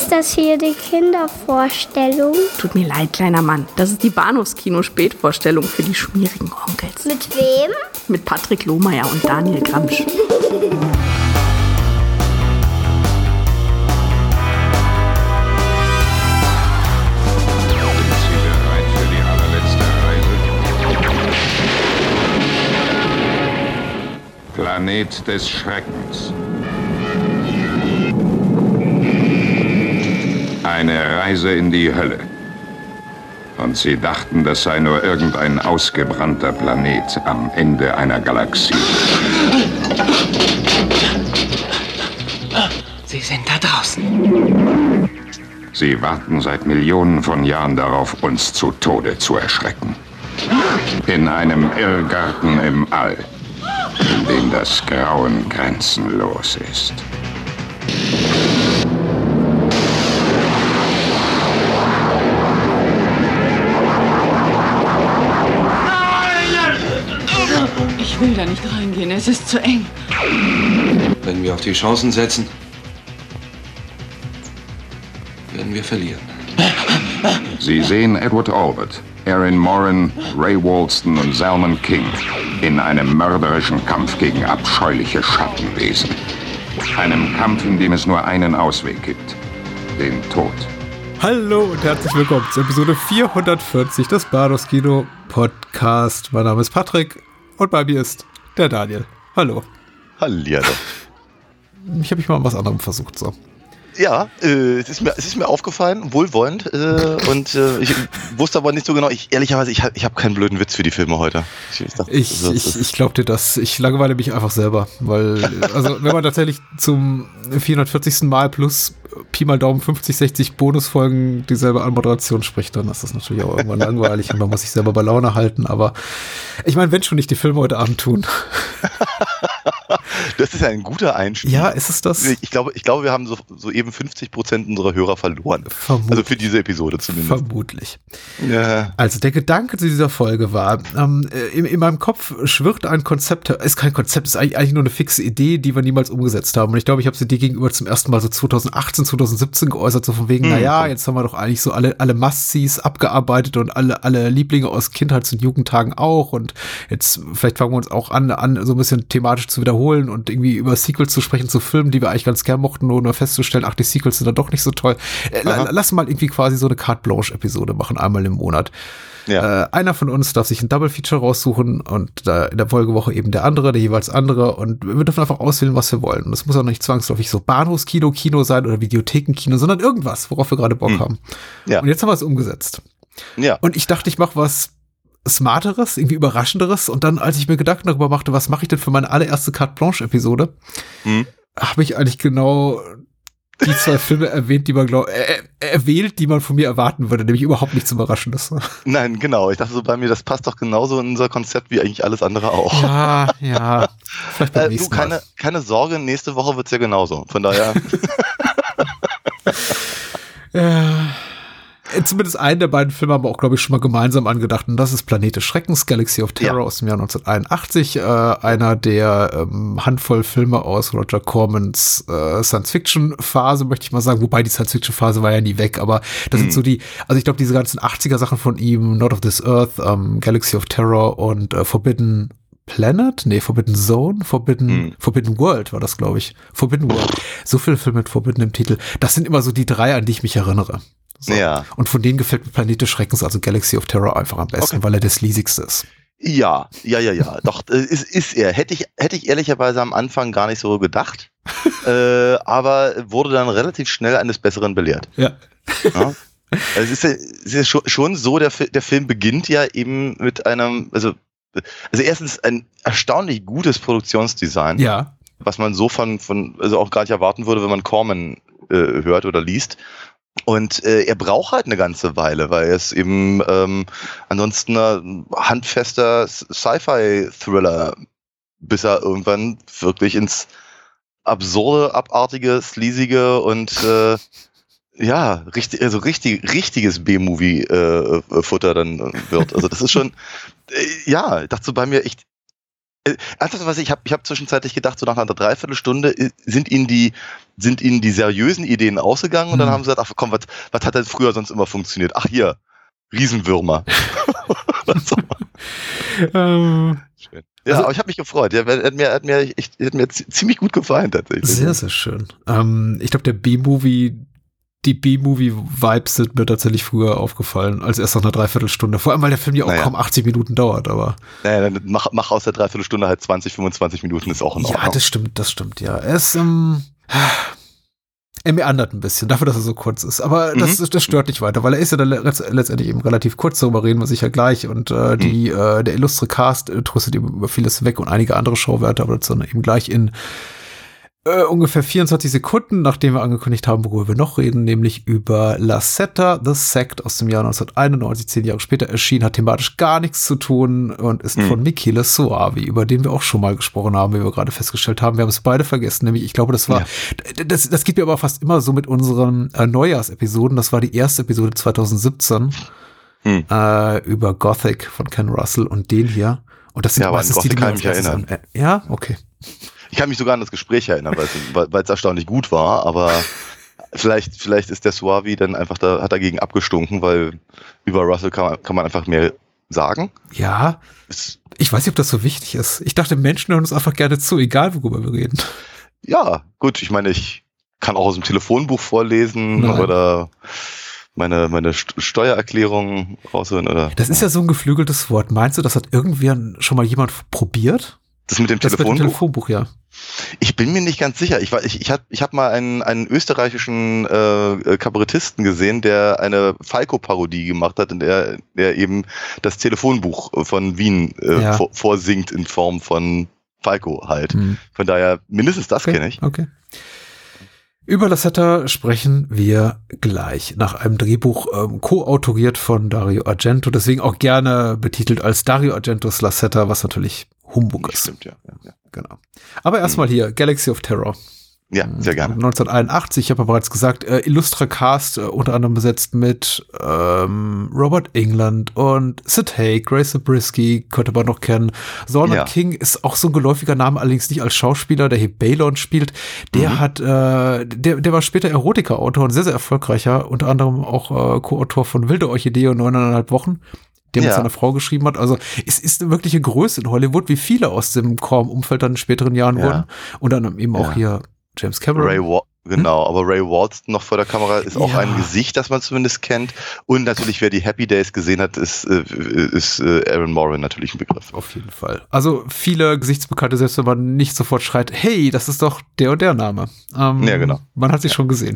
Ist das hier die Kindervorstellung? Tut mir leid, kleiner Mann. Das ist die Bahnhofskino-Spätvorstellung für die schmierigen Onkels. Mit wem? Mit Patrick Lohmeier und Daniel Gramsch. Planet des Schreckens. Eine Reise in die Hölle. Und sie dachten, das sei nur irgendein ausgebrannter Planet am Ende einer Galaxie. Sie sind da draußen. Sie warten seit Millionen von Jahren darauf, uns zu Tode zu erschrecken. In einem Irrgarten im All, in dem das Grauen grenzenlos ist. Ich will da nicht reingehen, es ist zu eng. Wenn wir auf die Chancen setzen, werden wir verlieren. Sie sehen Edward Albert, Erin Moran, Ray Walston und Zalman King in einem mörderischen Kampf gegen abscheuliche Schattenwesen. Einem Kampf, in dem es nur einen Ausweg gibt: den Tod. Hallo und herzlich willkommen zur Episode 440 des Bahnhofskino Podcast. Mein Name ist Patrick und bei mir ist der Daniel. Hallo. Hallihallo. Ich habe mich mal was anderem versucht, so. Ja, es ist mir aufgefallen, wohlwollend, und ich wusste aber nicht so genau, ehrlicherweise, ich hab keinen blöden Witz für die Filme heute. Ich glaub dir das. Ich langweile mich einfach selber, weil, also, wenn man tatsächlich zum 440. Mal plus Pi mal Daumen 50, 60 Bonusfolgen dieselbe Anmoderation spricht, dann ist das natürlich auch irgendwann langweilig und man muss sich selber bei Laune halten, aber ich meine, wenn schon nicht die Filme heute Abend tun. Das ist ja ein guter Einstieg. Ja, ist es das? Ich glaube, wir haben so eben 50% unserer Hörer verloren. Vermutlich. Also für diese Episode zumindest. Vermutlich. Ja. Also der Gedanke zu dieser Folge war, in meinem Kopf schwirrt ein Konzept, ist kein Konzept, ist eigentlich nur eine fixe Idee, die wir niemals umgesetzt haben. Und ich glaube, ich habe sie dir gegenüber zum ersten Mal so 2018, 2017 geäußert, so von wegen, naja, jetzt haben wir doch eigentlich so alle Must-Sees abgearbeitet und alle Lieblinge aus Kindheits- und Jugendtagen auch. Und jetzt vielleicht fangen wir uns auch an so ein bisschen thematisch zu wiederholen und irgendwie über Sequels zu sprechen zu Filmen, die wir eigentlich ganz gern mochten, nur festzustellen, ach, die Sequels sind dann doch nicht so toll. Lass mal irgendwie quasi so eine Carte Blanche-Episode machen, einmal im Monat. Ja. Einer von uns darf sich ein Double-Feature raussuchen und in der Folgewoche eben der andere, der jeweils andere, und wir dürfen einfach auswählen, was wir wollen. Und das muss auch nicht zwangsläufig so Bahnhofskino sein oder Videothekenkino, sondern irgendwas, worauf wir gerade Bock haben. Ja. Und jetzt haben wir es umgesetzt. Ja. Und ich dachte, ich mache was Smarteres, irgendwie Überraschenderes, und dann, als ich mir Gedanken darüber machte, was mache ich denn für meine allererste Carte Blanche-Episode, habe ich eigentlich genau die zwei Filme erwähnt, die man erwählt, die man von mir erwarten würde, nämlich überhaupt nichts Überraschendes. Nein, genau. Ich dachte so bei mir, das passt doch genauso in unser Konzept wie eigentlich alles andere auch. Ja. Vielleicht beim nächsten Mal. Keine Sorge, nächste Woche wird's ja genauso. Von daher. Ja. Zumindest einen der beiden Filme haben wir auch, glaube ich, schon mal gemeinsam angedacht. Und das ist Planet des Schreckens, Galaxy of Terror aus dem Jahr 1981. Einer der Handvoll Filme aus Roger Cormans Science-Fiction-Phase, möchte ich mal sagen. Wobei die Science-Fiction-Phase war ja nie weg. Aber das sind so also ich glaube, diese ganzen 80er-Sachen von ihm, Not of This Earth, Galaxy of Terror und Forbidden Planet? Nee, Forbidden Zone? Forbidden World war das, glaube ich. Forbidden World. So viele Filme mit Forbidden im Titel. Das sind immer so die drei, an die ich mich erinnere. So. Ja. Und von denen gefällt mir Planet des Schreckens, also Galaxy of Terror, einfach am besten, weil er das liesigste ist. Ja. Doch, ist er. Hätte ich ehrlicherweise am Anfang gar nicht so gedacht, aber wurde dann relativ schnell eines Besseren belehrt. Ja. Es ist ja schon so, der Film beginnt ja eben mit einem, also erstens ein erstaunlich gutes Produktionsdesign. Ja. Was man so also auch gar nicht erwarten würde, wenn man Corman hört oder liest. Und er braucht halt eine ganze Weile, weil er ist eben ansonsten ein handfester Sci-Fi-Thriller, bis er irgendwann wirklich ins absurde, abartige, sleasige und richtiges B-Movie-Futter dann wird. Also das ist schon, ich dachte so bei mir echt, Ich hab zwischenzeitlich gedacht, so nach einer Dreiviertelstunde sind ihnen die seriösen Ideen ausgegangen und dann haben sie gesagt, ach komm, was hat denn früher sonst immer funktioniert? Ach hier, Riesenwürmer. So. Schön. Ja, also, aber ich habe mich gefreut. Er hat mir ziemlich gut gefallen tatsächlich. Sehr, sehr schön. Ich glaube, die B-Movie-Vibes sind mir tatsächlich früher aufgefallen, als erst nach einer Dreiviertelstunde. Vor allem, weil der Film ja auch kaum 80 Minuten dauert, aber. Naja, dann mach aus der Dreiviertelstunde halt 20, 25 Minuten, ist auch in Ordnung. Ja, das stimmt, ja. Er meandert ein bisschen, dafür, dass er so kurz ist. Aber das stört nicht weiter, weil er ist ja dann letztendlich eben relativ kurz, darüber reden wir sicher gleich. Und der illustre Cast tröstet eben über vieles weg und einige andere Schauwerte, aber dazu eben gleich in ungefähr 24 Sekunden, nachdem wir angekündigt haben, worüber wir noch reden, nämlich über La Seta, The Sect aus dem Jahr 1991, 10 Jahre später erschienen, hat thematisch gar nichts zu tun und ist von Michele Soavi, über den wir auch schon mal gesprochen haben, wie wir gerade festgestellt haben. Wir haben es beide vergessen, nämlich ich glaube, das war, das geht mir aber fast immer so mit unseren Neujahrsepisoden, das war die erste Episode 2017 über Gothic von Ken Russell und den hier. Und das sind meistens die kann ich mich erinnern. Ja, okay. Ich kann mich sogar an das Gespräch erinnern, weil es erstaunlich gut war, aber vielleicht ist der Soavi dann einfach hat dagegen abgestunken, weil über Russell kann man einfach mehr sagen. Ja, ich weiß nicht, ob das so wichtig ist. Ich dachte, Menschen hören uns einfach gerne zu, egal worüber wir reden. Ja, gut, ich meine, ich kann auch aus dem Telefonbuch vorlesen oder meine Steuererklärung rausholen. Oder. Das ist ja so ein geflügeltes Wort. Meinst du, das hat irgendwann schon mal jemand probiert? Das mit dem Telefonbuch, ja. Ich bin mir nicht ganz sicher. Ich hab mal einen österreichischen Kabarettisten gesehen, der eine Falco-Parodie gemacht hat, in der eben das Telefonbuch von Wien vorsingt in Form von Falco halt. Von daher mindestens das kenne ich. Okay. Über La Seta sprechen wir gleich nach einem Drehbuch co-autoriert von Dario Argento, deswegen auch gerne betitelt als Dario Argentos La Seta, was natürlich Humbug ist. Stimmt, ja. Genau. Aber erstmal hier, Galaxy of Terror. Ja, sehr gerne. 1981, ich habe ja bereits gesagt, illustrer Cast, unter anderem besetzt mit Robert Englund und Sid Haig, Grace Zabriskie, könnte man noch kennen. Solomon King ist auch so ein geläufiger Name, allerdings nicht als Schauspieler, der hier Balon spielt. Der hat, der war später Erotika-Autor und sehr, sehr erfolgreicher, unter anderem auch Co-Autor von Wilde Orchidee und 9,5 Wochen. Der mit seiner Frau geschrieben hat. Also es ist eine wirkliche Größe in Hollywood, wie viele aus dem Core-Umfeld dann in späteren Jahren wurden. Und dann eben auch hier James Cameron. Aber Ray Walston noch vor der Kamera ist auch ein Gesicht, das man zumindest kennt. Und natürlich, wer die Happy Days gesehen hat, ist Aaron Morin natürlich ein Begriff. Auf jeden Fall. Also viele Gesichtsbekannte, selbst wenn man nicht sofort schreit, hey, das ist doch der und der Name. Ja, genau. Man hat sich schon gesehen.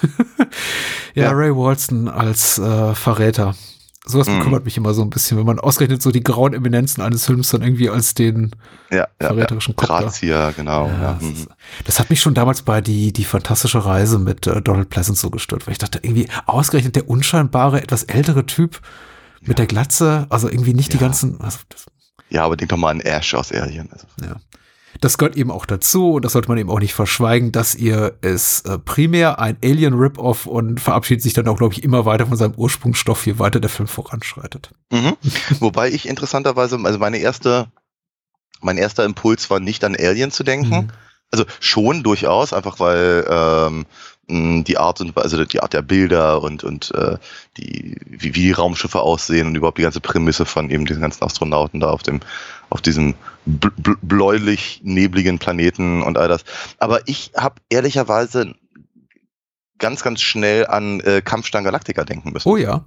Ray Walston als Verräter. Sowas bekümmert mich immer so ein bisschen, wenn man ausgerechnet so die grauen Eminenzen eines Films dann irgendwie als den verräterischen Kopf. Drahtzieher, genau. Das hat mich schon damals bei die fantastische Reise mit Donald Pleasence so gestört, weil ich dachte, irgendwie ausgerechnet der unscheinbare, etwas ältere Typ mit der Glatze, also irgendwie nicht die ganzen. Also aber denk doch mal an Ash aus Alien. Also. Ja. Das gehört eben auch dazu und das sollte man eben auch nicht verschweigen, dass ihr es primär ein Alien-Rip-Off und verabschiedet sich dann auch, glaube ich, immer weiter von seinem Ursprungsstoff, je weiter der Film voranschreitet. Wobei ich interessanterweise, also mein erster Impuls war nicht an Alien zu denken. Also schon durchaus, einfach weil die Art der Bilder und wie die Raumschiffe aussehen und überhaupt die ganze Prämisse von eben diesen ganzen Astronauten da auf diesem bläulich-nebligen Planeten und all das. Aber ich habe ehrlicherweise ganz, ganz schnell an Kampfstern Galactica denken müssen. Oh ja.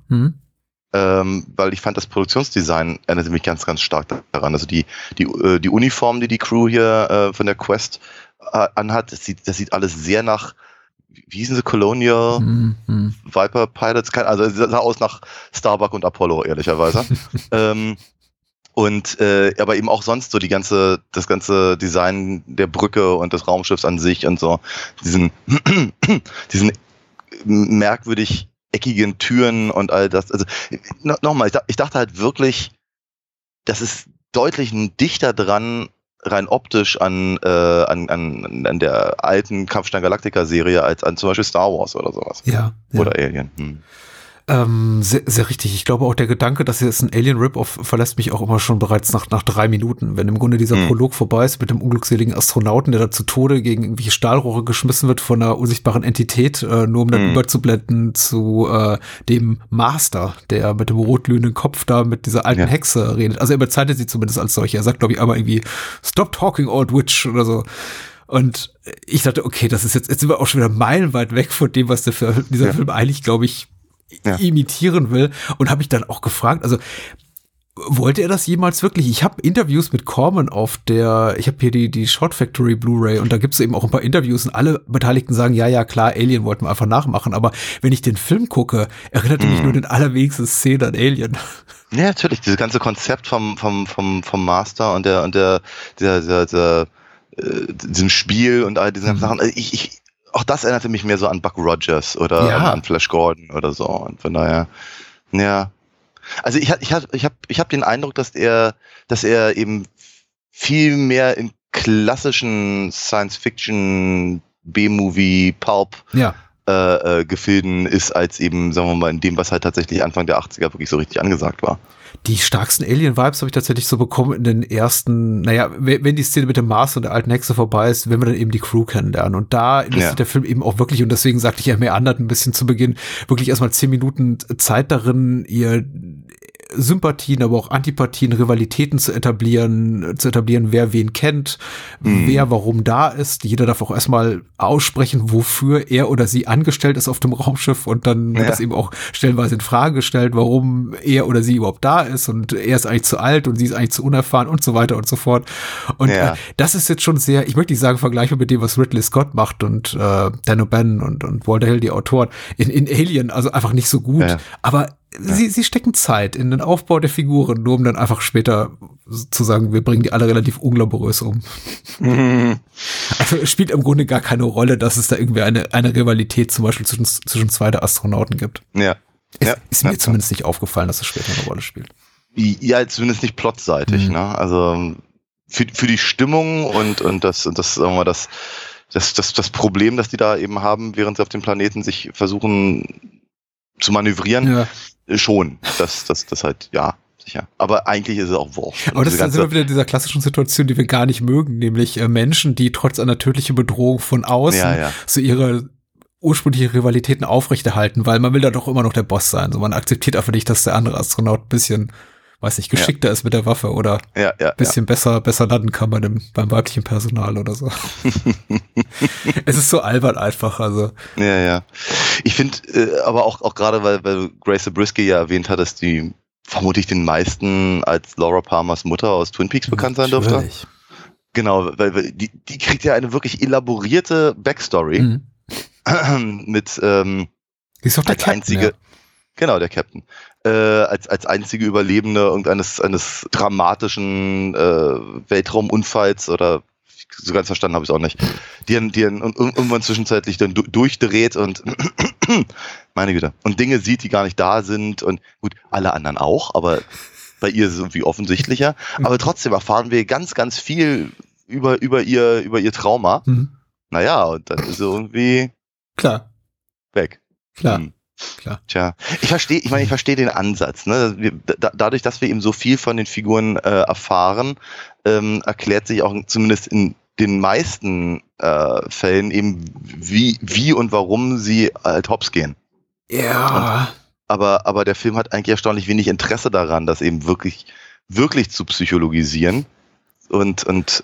Weil ich fand, das Produktionsdesign erinnerte mich ganz, ganz stark daran. Also die Uniform, die Crew hier von der Quest anhat, das sieht alles sehr nach, wie hießen sie, Colonial Viper Pilots? Also es sah aus nach Starbuck und Apollo, ehrlicherweise. Aber eben auch sonst so das ganze Design der Brücke und des Raumschiffs an sich und so diesen merkwürdig eckigen Türen und all das. Also nochmal, ich dachte halt wirklich, das ist deutlich dichter dran, rein optisch an der alten Kampfstern Galactica Serie als an zum Beispiel Star Wars oder sowas. Ja. Oder Alien. Sehr, sehr richtig. Ich glaube auch der Gedanke, dass jetzt ein Alien-Rip-Off verlässt mich auch immer schon bereits nach 3 Minuten. Wenn im Grunde dieser Prolog vorbei ist mit dem unglückseligen Astronauten, der da zu Tode gegen irgendwelche Stahlrohre geschmissen wird von einer unsichtbaren Entität, nur um dann überzublenden zu dem Master, der mit dem rotglühenden Kopf da mit dieser alten Hexe redet. Also er bezeichnet sie zumindest als solche. Er sagt, glaube ich, einmal irgendwie "Stop talking, old witch" oder so. Und ich dachte, okay, das ist jetzt sind wir auch schon wieder meilenweit weg von dem, was dieser Film eigentlich, glaube ich, imitieren will. Und habe ich dann auch gefragt, also wollte er das jemals wirklich? Ich habe Interviews mit Corman ich habe hier die Short Factory Blu-ray und da gibt es eben auch ein paar Interviews und alle Beteiligten sagen, ja, klar, Alien wollten wir einfach nachmachen, aber wenn ich den Film gucke, erinnerte mich nur den allerwenigsten Szenen an Alien. Ja, natürlich, dieses ganze Konzept vom Master und diesem Spiel und all diesen ganzen Sachen, auch das erinnerte mich mehr so an Buck Rogers oder an Flash Gordon oder so. Und von daher, ja. Also ich hab den Eindruck, dass er eben viel mehr in klassischen Science-Fiction, B-Movie, Pulp Gefilden ist, als eben, sagen wir mal, in dem, was halt tatsächlich Anfang der 80er wirklich so richtig angesagt war. Die stärksten Alien-Vibes habe ich tatsächlich so bekommen in den ersten, wenn die Szene mit dem Mars und der alten Hexe vorbei ist, wenn wir dann eben die Crew kennenlernen. Und da investiert der Film eben auch wirklich, und deswegen sagte ich ja, mir andert ein bisschen zu Beginn, wirklich erstmal 10 Minuten Zeit darin, ihr Sympathien, aber auch Antipathien, Rivalitäten zu etablieren, wer wen kennt, wer warum da ist. Jeder darf auch erstmal aussprechen, wofür er oder sie angestellt ist auf dem Raumschiff und dann wird das eben auch stellenweise in Frage gestellt, warum er oder sie überhaupt da ist und er ist eigentlich zu alt und sie ist eigentlich zu unerfahren und so weiter und so fort. Und das ist jetzt schon sehr, ich möchte nicht sagen vergleichbar mit dem, was Ridley Scott macht und Dan O'Bannon und Walter Hill, die Autoren, in Alien, also einfach nicht so gut, aber sie stecken Zeit in den Aufbau der Figuren, nur um dann einfach später zu sagen, wir bringen die alle relativ unglamourös um. Also es spielt im Grunde gar keine Rolle, dass es da irgendwie eine Rivalität zum Beispiel zwischen 2 der Astronauten gibt. Ist mir zumindest nicht aufgefallen, dass es später eine Rolle spielt. Ja, zumindest nicht plotseitig, ne? Also für die Stimmung und das Problem, das die da eben haben, während sie auf dem Planeten sich versuchen zu manövrieren, schon. Das halt, sicher. Aber eigentlich ist es auch wurscht. Aber das ist dann sind wir wieder in dieser klassischen Situation, die wir gar nicht mögen, nämlich Menschen, die trotz einer tödlichen Bedrohung von außen so ihre ursprüngliche Rivalitäten aufrechterhalten, weil man will da doch immer noch der Boss sein. So, man akzeptiert einfach nicht, dass der andere Astronaut ein bisschen, weiß nicht, geschickter ist mit der Waffe oder ein bisschen besser landen kann beim weiblichen Personal oder so. Es ist so albern einfach, also. Ja. Ich finde, aber auch gerade, weil Grace Zabriskie ja erwähnt hat, dass die vermutlich den meisten als Laura Palmers Mutter aus Twin Peaks bekannt sein dürfte. Genau, weil die kriegt ja eine wirklich elaborierte Backstory mit die ist doch der Captain, genau, der Captain. Als einzige Überlebende irgendeines dramatischen Weltraumunfalls oder so ganz verstanden habe ich es auch nicht, die irgendwann zwischenzeitlich dann durchdreht und meine Güte, und Dinge sieht, die gar nicht da sind und gut, alle anderen auch, aber bei ihr ist es irgendwie offensichtlicher, aber trotzdem erfahren wir ganz, ganz viel über ihr Trauma. Naja, und dann ist sie irgendwie weg. Klar. Tja, ich verstehe den Ansatz. Ne? Dadurch, dass wir eben so viel von den Figuren erfahren, erklärt sich auch zumindest in den meisten Fällen eben, wie und warum sie halt hops gehen. Ja. Aber der Film hat eigentlich erstaunlich wenig Interesse daran, das eben wirklich zu psychologisieren und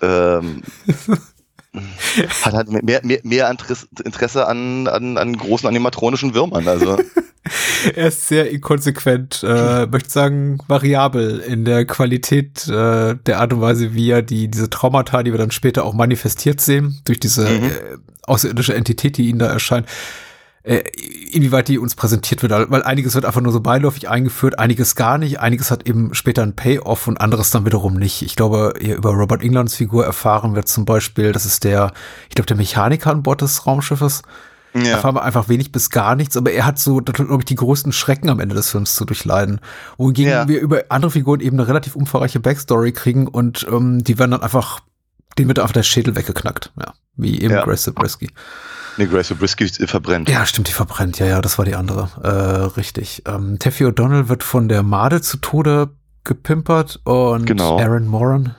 hat halt mehr Interesse an großen animatronischen Würmern. Also. Er ist sehr inkonsequent, möchte sagen, variabel in der Qualität der Art und Weise, wie er diese Traumata, die wir dann später auch manifestiert sehen, durch diese außerirdische Entität, die ihnen da erscheint, inwieweit die uns präsentiert wird, weil einiges wird einfach nur so beiläufig eingeführt, einiges gar nicht, einiges hat eben später ein Payoff und anderes dann wiederum nicht. Ich glaube, hier über Robert Englunds Figur erfahren wir zum Beispiel, das ist der Mechaniker an Bord des Raumschiffes. Ja. Erfahren wir einfach wenig bis gar nichts, aber er hat so, glaube ich, die größten Schrecken am Ende des Films zu durchleiden. Wohingegen wir über andere Figuren eben eine relativ umfangreiche Backstory kriegen und die werden dann einfach, denen wird einfach der Schädel weggeknackt. Ja, wie eben Grace Zabriskie. Nee, Grace Zabriskie verbrennt. Ja, stimmt, die verbrennt. Ja, das war die andere. Richtig. Taffy O'Donnell wird von der Made zu Tode gepimpert und genau. Aaron Moran,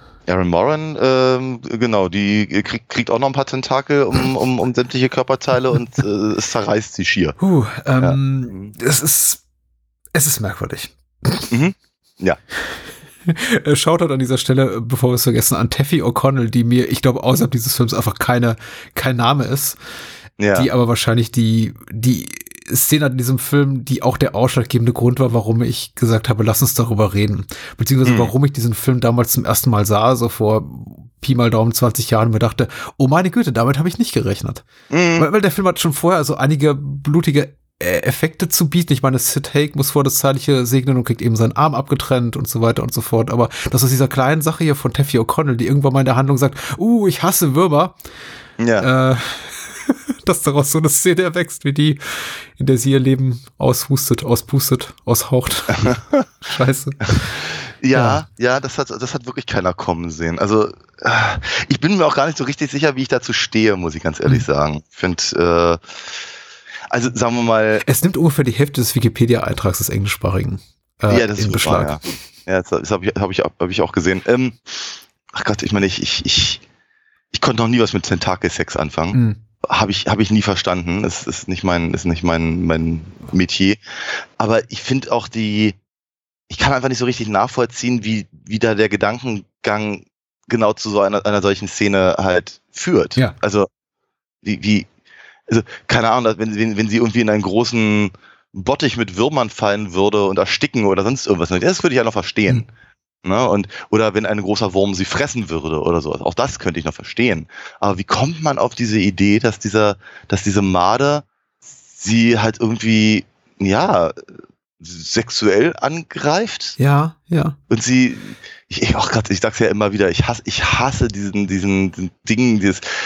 genau, die kriegt auch noch ein paar Tentakel um sämtliche Körperteile und es zerreißt sie schier. Es ist merkwürdig. Mhm. Ja. Shoutout an dieser Stelle, bevor wir es vergessen, an Taffy O'Connell, die mir, ich glaube, außerhalb dieses Films einfach kein Name ist, die aber wahrscheinlich die Szene in diesem Film, die auch der ausschlaggebende Grund war, warum ich gesagt habe, lass uns darüber reden. Beziehungsweise warum ich diesen Film damals zum ersten Mal sah, so vor Pi mal Daumen 20 Jahren, und mir dachte, oh meine Güte, damit habe ich nicht gerechnet. Weil der Film hat schon vorher also einige blutige Effekte zu bieten. Ich meine, Sid Haig muss vor das Zeitliche segnen und kriegt eben seinen Arm abgetrennt und so weiter und so fort. Aber das ist dieser kleinen Sache hier von Taffy O'Connell, die irgendwann mal in der Handlung sagt, ich hasse Würmer. Ja. Dass daraus so eine Szene erwächst, wie die, in der sie ihr Leben auspustet, aushaucht. Scheiße. Ja, das hat wirklich keiner kommen sehen. Also, ich bin mir auch gar nicht so richtig sicher, wie ich dazu stehe, muss ich ganz ehrlich sagen. Ich finde, also sagen wir mal. Es nimmt ungefähr die Hälfte des Wikipedia-Eintrags des Englischsprachigen das ist in Beschlag. Ja, das hab ich auch gesehen. Ach Gott, ich meine, ich konnte noch nie was mit Tentakelsex anfangen. Habe ich nie verstanden. Es ist nicht mein Metier. Aber ich finde auch ich kann einfach nicht so richtig nachvollziehen, wie da der Gedankengang genau zu so einer solchen Szene halt führt. Ja. Also, also, keine Ahnung, wenn sie irgendwie in einen großen Bottich mit Würmern fallen würde und ersticken oder sonst irgendwas, das würde ich ja noch verstehen. Ne? Oder wenn ein großer Wurm sie fressen würde oder so. Auch das könnte ich noch verstehen. Aber wie kommt man auf diese Idee, dass diese Made sie halt irgendwie, sexuell angreift? Ja. Und sie, ich sag's ja immer wieder, ich hasse diesen Ding,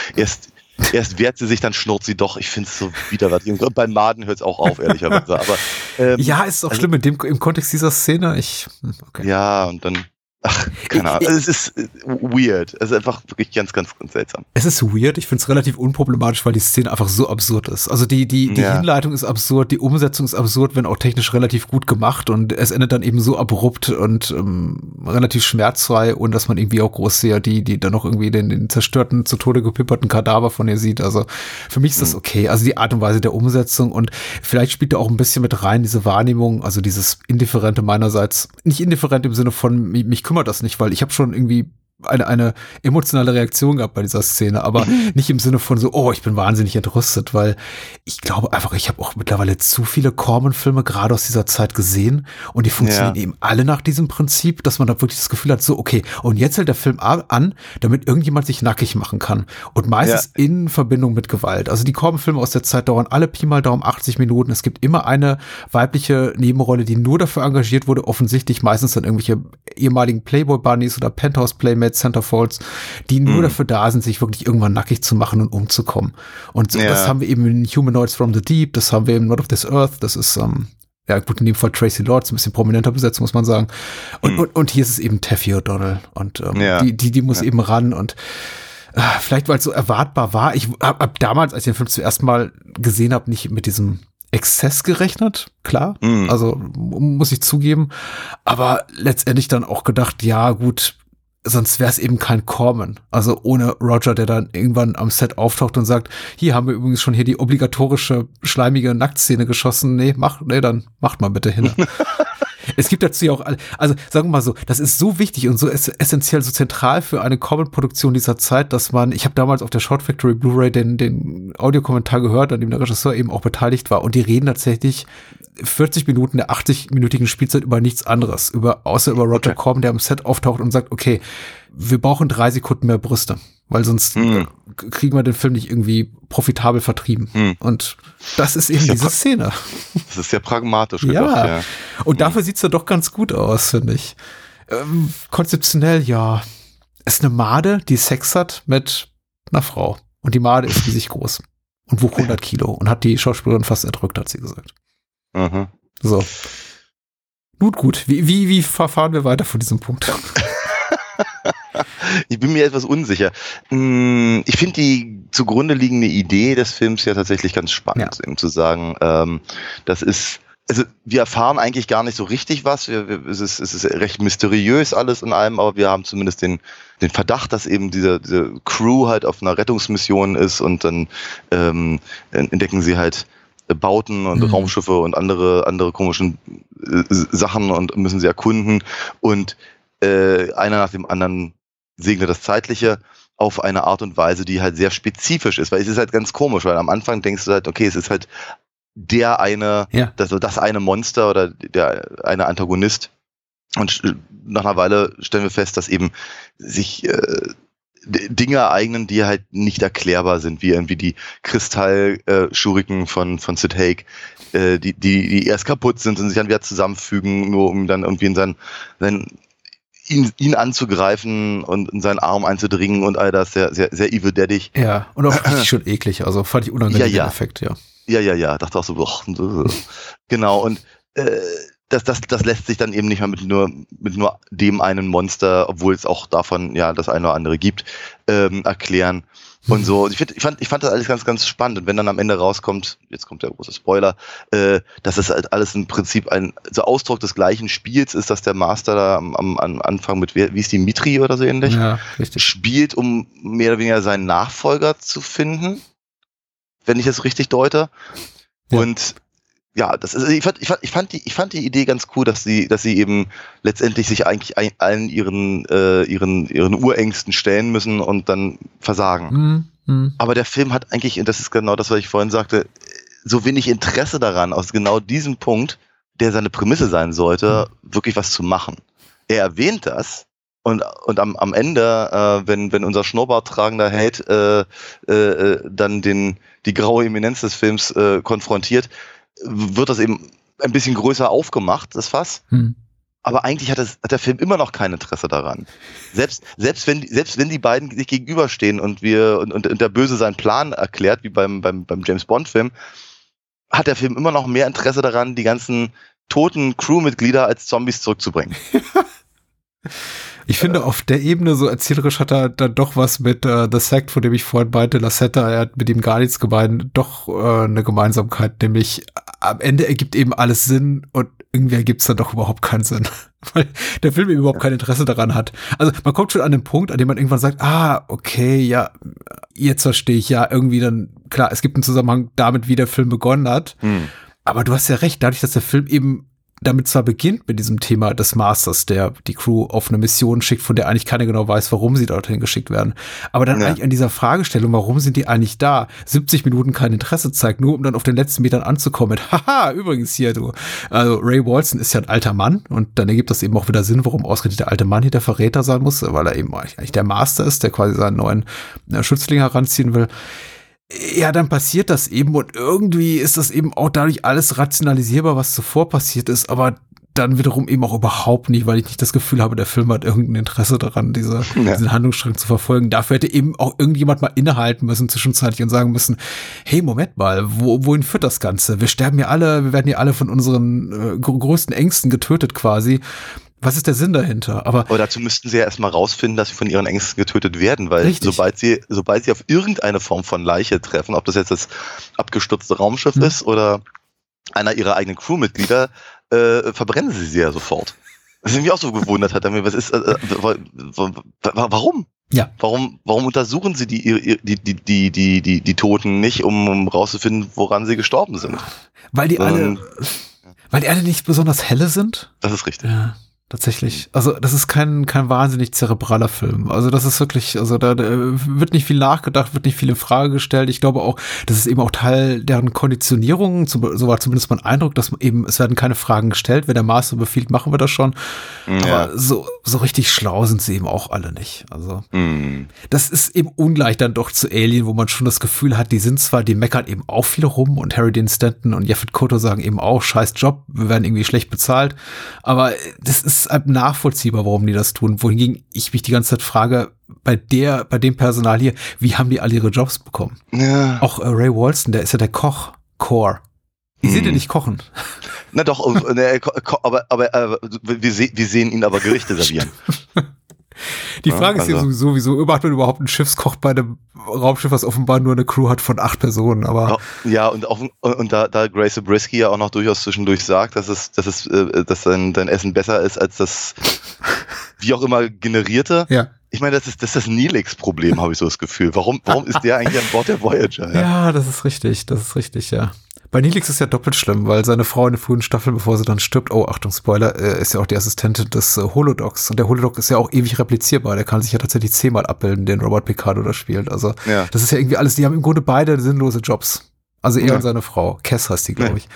erst wehrt sie sich, dann schnurrt sie doch. Ich finde es so widerwärtig. Und bei Maden hört es auch auf, ehrlicherweise. Aber, ist auch schlimm im Kontext dieser Szene. Okay. Ja, und dann, keine Ahnung. Es ist weird. Es ist einfach wirklich ganz, ganz, ganz seltsam. Es ist weird. Ich finde es relativ unproblematisch, weil die Szene einfach so absurd ist. Also die Hinleitung ist absurd, die Umsetzung ist absurd, wenn auch technisch relativ gut gemacht, und es endet dann eben so abrupt und relativ schmerzfrei, und dass man irgendwie auch Großseher, die dann noch irgendwie den zerstörten, zu Tode gepipperten Kadaver von ihr sieht. Also für mich ist das okay. Also die Art und Weise der Umsetzung, und vielleicht spielt da auch ein bisschen mit rein diese Wahrnehmung, also dieses Indifferente meinerseits. Nicht indifferent im Sinne von, mich kümmert das nicht, weil ich habe schon irgendwie eine emotionale Reaktion gehabt bei dieser Szene, aber nicht im Sinne von so, ich bin wahnsinnig entrüstet, weil ich glaube einfach, ich habe auch mittlerweile zu viele Corman-Filme gerade aus dieser Zeit gesehen, und die funktionieren eben alle nach diesem Prinzip, dass man da wirklich das Gefühl hat, so, okay, und jetzt hält der Film an, damit irgendjemand sich nackig machen kann, und meistens in Verbindung mit Gewalt. Also die Corman-Filme aus der Zeit dauern alle Pi mal Daumen 80 Minuten. Es gibt immer eine weibliche Nebenrolle, die nur dafür engagiert wurde, offensichtlich meistens dann irgendwelche ehemaligen Playboy-Bunnies oder Penthouse-Playmates, Centerfolds, die nur dafür da sind, sich wirklich irgendwann nackig zu machen und umzukommen. Und das haben wir eben in Humanoids from the Deep, das haben wir in Not of This Earth, das ist, gut, in dem Fall Tracy Lords, ein bisschen prominenter besetzt, muss man sagen. Und hier ist es eben Taffy O'Donnell, und die muss eben ran, und vielleicht, weil es so erwartbar war. Ich hab damals, als ich den Film zuerst mal gesehen habe, nicht mit diesem Exzess gerechnet, klar, also muss ich zugeben, aber letztendlich dann auch gedacht, ja gut, sonst wäre es eben kein Corman. Also ohne Roger, der dann irgendwann am Set auftaucht und sagt, hier haben wir übrigens schon hier die obligatorische schleimige Nacktszene geschossen. Dann macht mal bitte hin. Es gibt dazu ja auch, also sagen wir mal so, das ist so wichtig und so essentiell, so zentral für eine Corman-Produktion dieser Zeit, dass ich habe damals auf der Short Factory Blu-ray den Audiokommentar gehört, an dem der Regisseur eben auch beteiligt war, und die reden tatsächlich 40 Minuten der 80-minütigen Spielzeit über nichts anderes, außer über Roger Corman, der am Set auftaucht und sagt, okay, wir brauchen 3 Sekunden mehr Brüste, weil sonst kriegen wir den Film nicht irgendwie profitabel vertrieben. Und das ist eben diese Szene. Das ist sehr pragmatisch gedacht, ja. Und dafür sieht's ja doch ganz gut aus, finde ich. Konzeptionell, ist eine Made, die Sex hat mit einer Frau. Und die Made ist riesig groß und wog 100 Kilo und hat die Schauspielerin fast erdrückt, hat sie gesagt. So. Gut. Wie verfahren wir weiter von diesem Punkt? Ich bin mir etwas unsicher. Ich finde die zugrunde liegende Idee des Films ja tatsächlich ganz spannend, eben zu sagen, das ist, also wir erfahren eigentlich gar nicht so richtig was. Es ist recht mysteriös alles in allem, aber wir haben zumindest den Verdacht, dass eben diese Crew halt auf einer Rettungsmission ist und dann entdecken sie halt Bauten und Raumschiffe und andere komischen Sachen und müssen sie erkunden und einer nach dem anderen segnet das Zeitliche auf eine Art und Weise, die halt sehr spezifisch ist, weil es ist halt ganz komisch, weil am Anfang denkst du halt, okay, es ist halt das eine Monster oder der eine Antagonist und nach einer Weile stellen wir fest, dass eben sich Dinge ereignen, die halt nicht erklärbar sind, wie irgendwie die Kristall-Schuriken von Sid Haig, die erst kaputt sind und sich dann wieder zusammenfügen, nur um dann irgendwie ihn anzugreifen und in seinen Arm einzudringen und all das, sehr, sehr, sehr evil daddig. Ja, und auch richtig schon eklig, also fand ich unangenehm den Effekt, ja. Ja, dachte auch so, genau, und das lässt sich dann eben nicht mehr mit nur dem einen Monster, obwohl es auch davon ja das eine oder andere gibt, erklären. Und so, ich fand das alles ganz, ganz spannend. Und wenn dann am Ende rauskommt, jetzt kommt der große Spoiler, dass es halt alles im Prinzip ein so Ausdruck des gleichen Spiels ist, dass der Master da am Anfang mit, wie ist die, Mitri oder so ähnlich, spielt, um mehr oder weniger seinen Nachfolger zu finden, wenn ich das richtig deute. Ja. Und ja, das ist, ich fand die Idee ganz cool, dass sie eben letztendlich sich eigentlich allen ihren Urängsten stellen müssen und dann versagen. Aber der Film hat eigentlich, und das ist genau das, was ich vorhin sagte, so wenig Interesse daran, aus genau diesem Punkt, der seine Prämisse sein sollte, wirklich was zu machen. Er erwähnt das und am Ende, wenn unser schnurrbarttragender Held dann die graue Eminenz des Films konfrontiert, wird das eben ein bisschen größer aufgemacht, das Fass. Aber eigentlich hat der Film immer noch kein Interesse daran. Selbst wenn die beiden sich gegenüberstehen und der Böse seinen Plan erklärt, wie beim James Bond Film, hat der Film immer noch mehr Interesse daran, die ganzen toten Crewmitglieder als Zombies zurückzubringen. Ich finde, auf der Ebene, so erzählerisch, hat er dann doch was mit The Sect, von dem ich vorhin meinte, Lasseter, er hat mit ihm gar nichts gemeint, doch eine Gemeinsamkeit, nämlich am Ende ergibt eben alles Sinn und irgendwie ergibt es dann doch überhaupt keinen Sinn, weil der Film eben überhaupt kein Interesse daran hat. Also man kommt schon an den Punkt, an dem man irgendwann sagt, okay, ja, jetzt verstehe ich ja irgendwie dann, klar, es gibt einen Zusammenhang damit, wie der Film begonnen hat, aber du hast ja recht, dadurch, dass der Film eben damit zwar beginnt mit diesem Thema des Masters, der die Crew auf eine Mission schickt, von der eigentlich keiner genau weiß, warum sie dorthin geschickt werden. Aber dann eigentlich an dieser Fragestellung, warum sind die eigentlich da, 70 Minuten kein Interesse zeigt, nur um dann auf den letzten Metern anzukommen mit, haha, übrigens hier, also Ray Walston ist ja ein alter Mann und dann ergibt das eben auch wieder Sinn, warum ausgerechnet der alte Mann hier der Verräter sein muss, weil er eben eigentlich der Master ist, der quasi seinen neuen Schützling heranziehen will. Ja, dann passiert das eben und irgendwie ist das eben auch dadurch alles rationalisierbar, was zuvor passiert ist, aber dann wiederum eben auch überhaupt nicht, weil ich nicht das Gefühl habe, der Film hat irgendein Interesse daran, diesen Handlungsstrang zu verfolgen. Dafür hätte eben auch irgendjemand mal innehalten müssen zwischenzeitlich und sagen müssen, hey, Moment mal, wohin führt das Ganze? Wir werden ja alle von unseren größten Ängsten getötet quasi. Was ist der Sinn dahinter? Aber dazu müssten sie ja erstmal rausfinden, dass sie von ihren Ängsten getötet werden, weil sobald sie auf irgendeine Form von Leiche treffen, ob das jetzt das abgestürzte Raumschiff ist oder einer ihrer eigenen Crewmitglieder, verbrennen sie ja sofort. Was mich auch so gewundert hat, was ist, warum? Ja. Warum untersuchen sie die Toten nicht, um rauszufinden, woran sie gestorben sind? Weil die alle nicht besonders helle sind? Das ist richtig. Ja. Tatsächlich. Also das ist kein wahnsinnig zerebraler Film. Also das ist wirklich, also da wird nicht viel nachgedacht, wird nicht viel in Frage gestellt. Ich glaube auch, das ist eben auch Teil deren Konditionierung. So war zumindest mein Eindruck, dass eben, es werden keine Fragen gestellt. Wenn der Master befiehlt, machen wir das schon. Ja. Aber so richtig schlau sind sie eben auch alle nicht. Also das ist eben ungleich dann doch zu Alien, wo man schon das Gefühl hat, die meckern eben auch viel rum und Harry Dean Stanton und Yaphet Kotto sagen eben auch, scheiß Job, wir werden irgendwie schlecht bezahlt. Aber das ist nachvollziehbar, warum die das tun. Wohingegen ich mich die ganze Zeit frage, bei dem Personal hier, wie haben die alle ihre Jobs bekommen? Ja. Auch Ray Walston, der ist ja der Koch, Core. Ich sehe den nicht kochen. Na doch, aber wir sehen ihn aber Gerichte servieren. Die Frage ist ja sowieso, wieso macht man überhaupt einen Schiffskoch bei einem Raumschiff, was offenbar nur eine Crew hat von 8 Personen, aber. Ja, und da Grace Zabriskie ja auch noch durchaus zwischendurch sagt, dass dein Essen besser ist als das, wie auch immer, generierte. Ja. Ich meine, das ist das Neelix-Problem, habe ich so das Gefühl. Warum ist der eigentlich an Bord der Voyager? Ja, das ist richtig, ja. Bei Neelix ist ja doppelt schlimm, weil seine Frau in den frühen Staffeln, bevor sie dann stirbt, Achtung, Spoiler, ist ja auch die Assistentin des Holodocs. Und der Holodoc ist ja auch ewig replizierbar. Der kann sich ja tatsächlich 10-mal abbilden, den Robert Picardo da spielt. Also das ist ja irgendwie alles, die haben im Grunde beide sinnlose Jobs. Also er und seine Frau. Cass heißt die, glaube ich.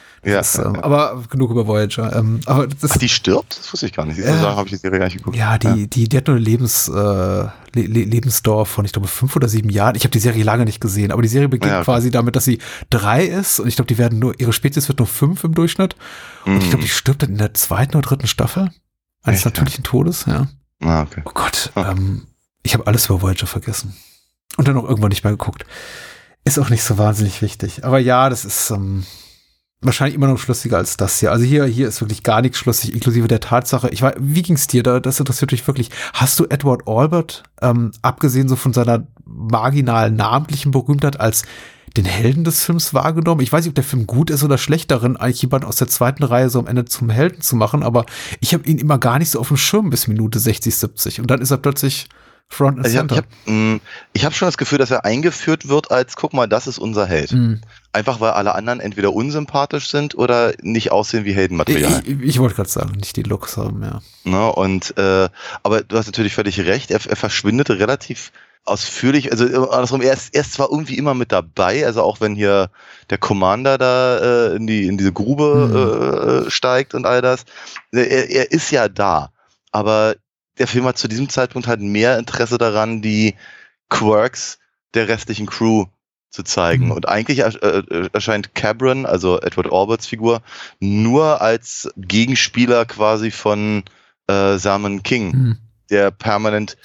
Aber genug über Voyager. Aber die stirbt? Das wusste ich gar nicht. Habe ich die Serie gar nicht geguckt. Ja, die hat nur eine Lebensdauer von, ich glaube, 5 oder 7 Jahren. Ich habe die Serie lange nicht gesehen, aber die Serie beginnt quasi damit, dass sie 3 ist und ich glaube, ihre Spezies wird nur 5 im Durchschnitt. Und ich glaube, die stirbt dann in der 2. oder 3. Staffel eines natürlichen Todes, ja. Okay. Oh Gott, ich habe alles über Voyager vergessen. Und dann auch irgendwann nicht mehr geguckt. Ist auch nicht so wahnsinnig wichtig. Aber ja, das ist wahrscheinlich immer noch schlüssiger als das hier. Also hier ist wirklich gar nichts schlüssig, inklusive der Tatsache. Wie ging's dir da? Das interessiert mich wirklich. Hast du Edward Albert, abgesehen so von seiner marginalen namentlichen Berühmtheit, als den Helden des Films wahrgenommen? Ich weiß nicht, ob der Film gut ist oder schlecht darin, eigentlich jemand aus der 2. Reihe so am Ende zum Helden zu machen, aber ich habe ihn immer gar nicht so auf dem Schirm bis Minute 60, 70. Und dann ist er plötzlich Front and Center. Ich hab schon das Gefühl, dass er eingeführt wird als, guck mal, das ist unser Held. Einfach weil alle anderen entweder unsympathisch sind oder nicht aussehen wie Heldenmaterial. Ich wollte gerade sagen, nicht die Looks haben, ja. Na, aber du hast natürlich völlig recht, er verschwindet relativ ausführlich, also andersrum, er ist zwar irgendwie immer mit dabei, also auch wenn hier der Commander da in diese Grube steigt und all das, er ist ja da, aber der Film hat zu diesem Zeitpunkt halt mehr Interesse daran, die Quirks der restlichen Crew zu zeigen. Und eigentlich erscheint Cabron, also Edward Alberts Figur, nur als Gegenspieler quasi von Salmon King, der permanent,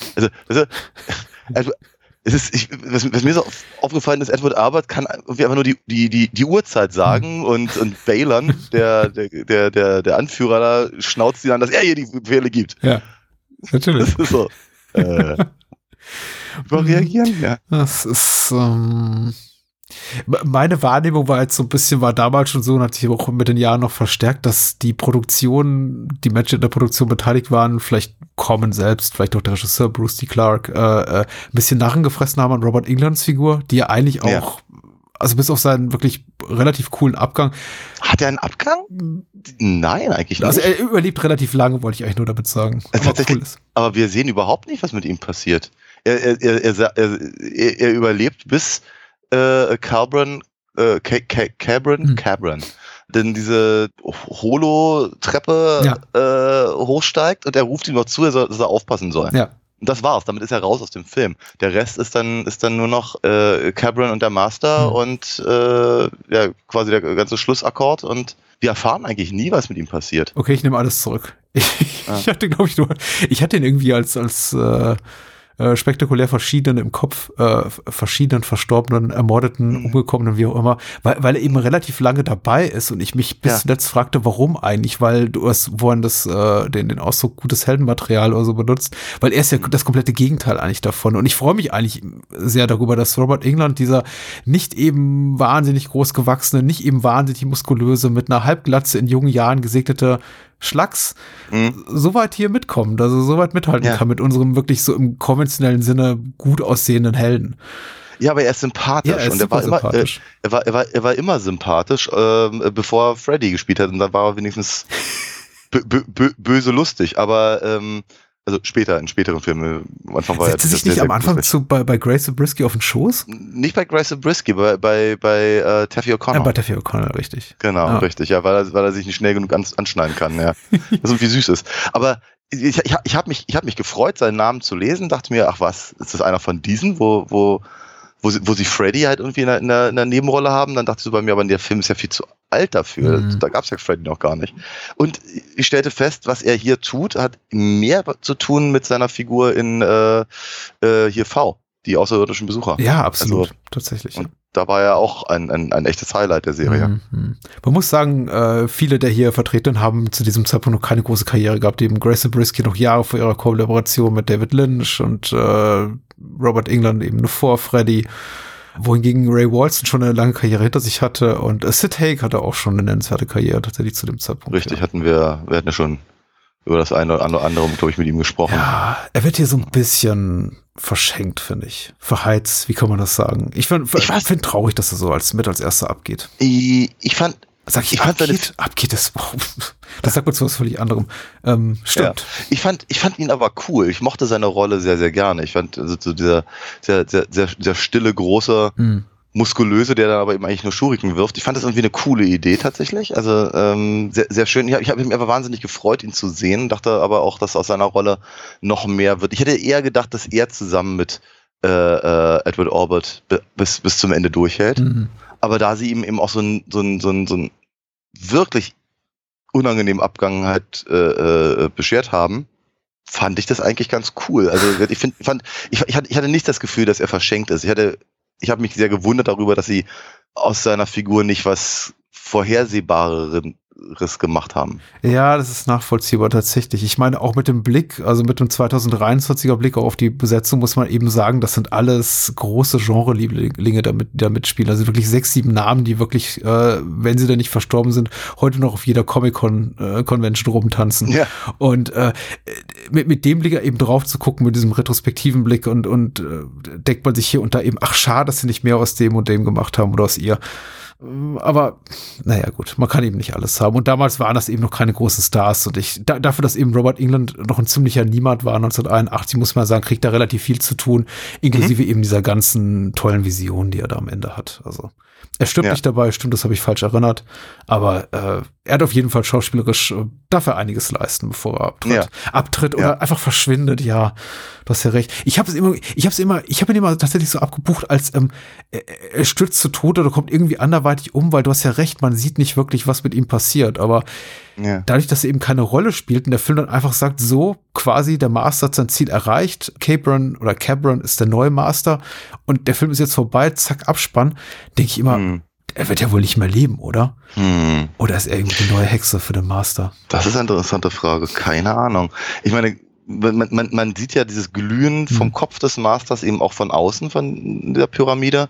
was mir so aufgefallen ist, Edward Albert kann irgendwie einfach nur die Uhrzeit sagen und Balon, der Anführer da, schnauzt ihn an, dass er hier die Befehle gibt. Ja. Natürlich. Das ist so. Überreagieren, ja. Das ist, meine Wahrnehmung war damals schon so und hat sich auch mit den Jahren noch verstärkt, dass die Menschen in der Produktion beteiligt waren, vielleicht Corman selbst, vielleicht auch der Regisseur Bruce D. Clark, ein bisschen Narren gefressen haben an Robert Englunds Figur, die ja eigentlich auch, also bis auf seinen wirklich relativ coolen Abgang. Hat er einen Abgang? Nein, eigentlich nicht. Also er überlebt relativ lange, wollte ich eigentlich nur damit sagen. Aber wir sehen überhaupt nicht, was mit ihm passiert. Er überlebt bis Cabron denn diese Holo-Treppe hochsteigt und er ruft ihm noch zu, dass er aufpassen soll. Ja. Und das war's, damit ist er raus aus dem Film. Der Rest ist dann nur noch Cabron und der Master und quasi der ganze Schlussakkord und wir erfahren eigentlich nie, was mit ihm passiert. Okay, ich nehme alles zurück. Ich hatte, glaube ich, ihn irgendwie als spektakulär verschiedenen im Kopf, verschiedenen Verstorbenen, Ermordeten, Umgekommenen, wie auch immer, weil er eben relativ lange dabei ist und ich mich bis zuletzt fragte, warum eigentlich, weil du hast vorhin den Ausdruck gutes Heldenmaterial oder so benutzt, weil er ist ja das komplette Gegenteil eigentlich davon und ich freue mich eigentlich sehr darüber, dass Robert Englund, dieser nicht eben wahnsinnig groß gewachsene, nicht eben wahnsinnig muskulöse, mit einer Halbglatze in jungen Jahren gesegnete Schlacks so weit hier mitkommt, also so weit mithalten kann mit unserem wirklich so im konventionellen Sinne gut aussehenden Helden. Ja, aber er ist sympathisch und er war immer sympathisch, bevor er Freddy gespielt hat und dann war er wenigstens böse lustig, aber also in späteren Filmen. Am Anfang war Setzt er sich nicht am Anfang bei Grace Zabriskie auf den Schoß? Nicht bei Grace Zabriskie, bei Taffy O'Connor. Ja, bei Taffy O'Connor, richtig. Genau, richtig. Ja, weil er sich nicht schnell genug anschneiden kann. Ja. Was irgendwie süß ist. Aber ich hab mich gefreut, seinen Namen zu lesen. Dachte mir, ach was, ist das einer von diesen, wo sie Freddy halt irgendwie in der Nebenrolle haben? Dann dachte ich so bei mir, aber der Film ist ja viel zu alt dafür. Da gab es ja Freddy noch gar nicht. Und ich stellte fest, was er hier tut, hat mehr zu tun mit seiner Figur in hier V. die außerirdischen Besucher. Ja, absolut, also, tatsächlich. Und da war ja auch ein echtes Highlight der Serie. Mhm. Man muss sagen, viele der hier Vertretenen haben zu diesem Zeitpunkt noch keine große Karriere gehabt. Eben Grace Zabriskie noch Jahre vor ihrer Kollaboration mit David Lynch und Robert Englund eben nur vor Freddy. Wohingegen Ray Walston schon eine lange Karriere hinter sich hatte und Sid Haig hatte auch schon eine nennenswerte Karriere tatsächlich zu dem Zeitpunkt. Richtig, wir hatten ja schon über das eine oder andere, glaube ich, mit ihm gesprochen. Ja, er wird hier so ein bisschen verschenkt, finde ich. Verheizt, wie kann man das sagen? Ich finde traurig, dass er so als erster abgeht. Abgeht ist, das sagt man zu was völlig anderem. Stimmt. Ja, ich fand ihn aber cool. Ich mochte seine Rolle sehr, sehr gerne. Ich fand also so dieser sehr, sehr, sehr, sehr stille, große, muskulöse, der dann aber eben eigentlich nur Schuriken wirft. Ich fand das irgendwie eine coole Idee tatsächlich. Also sehr, sehr schön. Ich habe mich einfach wahnsinnig gefreut, ihn zu sehen. Dachte aber auch, dass aus seiner Rolle noch mehr wird. Ich hätte eher gedacht, dass er zusammen mit Edward Albert bis zum Ende durchhält. Aber da sie ihm eben auch so einen wirklich unangenehmen Abgang halt beschert haben, fand ich das eigentlich ganz cool. Also ich hatte nicht das Gefühl, dass er verschenkt ist. Ich habe mich sehr gewundert darüber, dass sie aus seiner Figur nicht was Vorhersehbareres gemacht haben. Ja, das ist nachvollziehbar tatsächlich. Ich meine, auch mit dem Blick, also mit dem 2023er Blick auf die Besetzung muss man eben sagen, das sind alles große Genre-Lieblinge, die da mitspielen. Also wirklich 6, 7 Namen, die wirklich, wenn sie da nicht verstorben sind, heute noch auf jeder Comic-Con-Convention rumtanzen. Ja. Und mit dem Blick eben drauf zu gucken, mit diesem retrospektiven Blick und denkt man sich hier und da eben, ach schade, dass sie nicht mehr aus dem und dem gemacht haben oder aus ihr. Aber naja gut, man kann eben nicht alles haben. Und damals waren das eben noch keine großen Stars. Und dafür, dass eben Robert Englund noch ein ziemlicher Niemand war, 1981, muss man sagen, kriegt er relativ viel zu tun, inklusive eben dieser ganzen tollen Vision, die er da am Ende hat. Also er stimmt nicht dabei, stimmt, das habe ich falsch erinnert. Aber er hat auf jeden Fall schauspielerisch, darf er einiges leisten, bevor er abtritt oder einfach verschwindet. Ja, du hast ja recht. Ich habe ihn immer tatsächlich so abgebucht, als er stürzt zu Tode oder kommt irgendwie anderweitig um, weil du hast ja recht, man sieht nicht wirklich, was mit ihm passiert. Aber dadurch, dass er eben keine Rolle spielt und der Film dann einfach sagt, so quasi der Master hat sein Ziel erreicht, Cabron ist der neue Master und der Film ist jetzt vorbei, zack, Abspann, denke ich immer, er wird ja wohl nicht mehr leben, oder? Oder ist er irgendwie die neue Hexe für den Master? Das ist eine interessante Frage, keine Ahnung. Ich meine, man sieht ja dieses Glühen vom Kopf des Masters eben auch von außen von der Pyramide.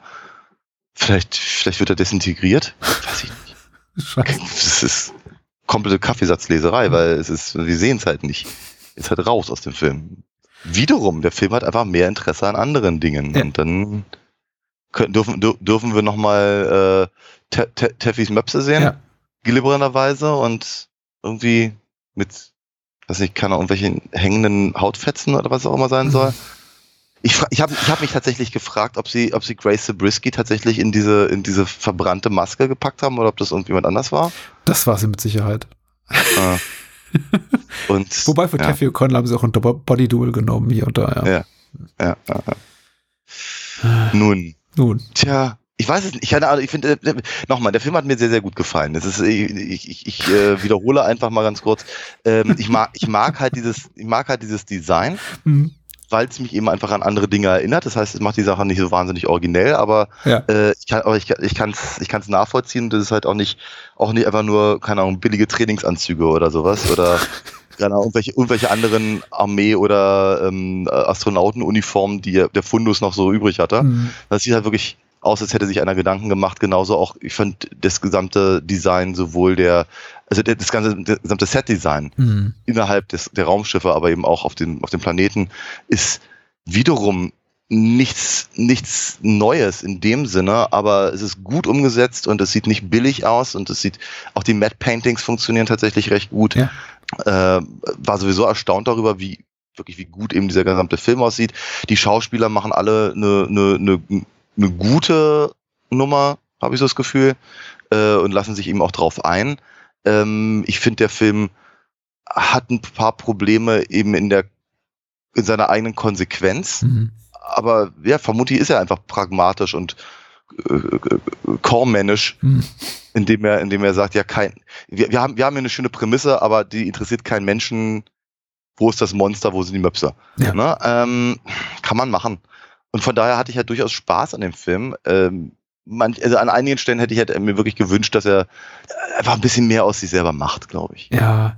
Vielleicht wird er desintegriert, weiß ich nicht. Scheiße. Das ist komplette Kaffeesatzleserei, weil wir sehen es halt nicht. Ist halt raus aus dem Film. Wiederum, der Film hat einfach mehr Interesse an anderen Dingen. Ja. Und dann dürfen wir nochmal Teffys Möpse sehen, gelibberenderweise und irgendwie mit, weiß nicht, keine Ahnung, irgendwelchen hängenden Hautfetzen oder was auch immer sein soll. Ich hab mich tatsächlich gefragt, ob sie Grace Zabriskie tatsächlich in diese verbrannte Maske gepackt haben oder ob das irgendjemand anders war. Das war sie mit Sicherheit. Und, wobei für Taffy O'Connell haben sie auch ein Body Double genommen hier und da. Ja. Nun. Tja, ich weiß es nicht. Ich finde, nochmal, der Film hat mir sehr, sehr gut gefallen. Das ist, ich wiederhole einfach mal ganz kurz. Ich mag halt dieses Design, weil es mich eben einfach an andere Dinge erinnert. Das heißt, es macht die Sache nicht so wahnsinnig originell, aber ich kann es nachvollziehen. Das ist halt auch nicht einfach nur, keine Ahnung, billige Trainingsanzüge oder sowas oder irgendwelche anderen Armee- oder Astronautenuniformen, die der Fundus noch so übrig hatte. Das sieht halt wirklich aus, als hätte sich einer Gedanken gemacht. Genauso auch, ich fand das gesamte Design sowohl das gesamte Set-Design innerhalb der Raumschiffe, aber eben auch auf dem Planeten ist wiederum nichts Neues in dem Sinne, aber es ist gut umgesetzt und es sieht nicht billig aus und auch die Matte Paintings funktionieren tatsächlich recht gut. Ja. War sowieso erstaunt darüber, wie gut eben dieser gesamte Film aussieht. Die Schauspieler machen alle eine gute Nummer, habe ich so das Gefühl, und lassen sich eben auch drauf ein. Ich finde, der Film hat ein paar Probleme eben in seiner eigenen Konsequenz. Aber ja, vermutlich ist er einfach pragmatisch und kornmännisch, indem er sagt, ja, wir haben hier eine schöne Prämisse, aber die interessiert keinen Menschen. Wo ist das Monster, wo sind die Möpse? Ja. Ne? Kann man machen. Und von daher hatte ich halt durchaus Spaß an dem Film. Also an einigen Stellen hätte ich mir wirklich gewünscht, dass er einfach ein bisschen mehr aus sich selber macht, glaube ich. Ja.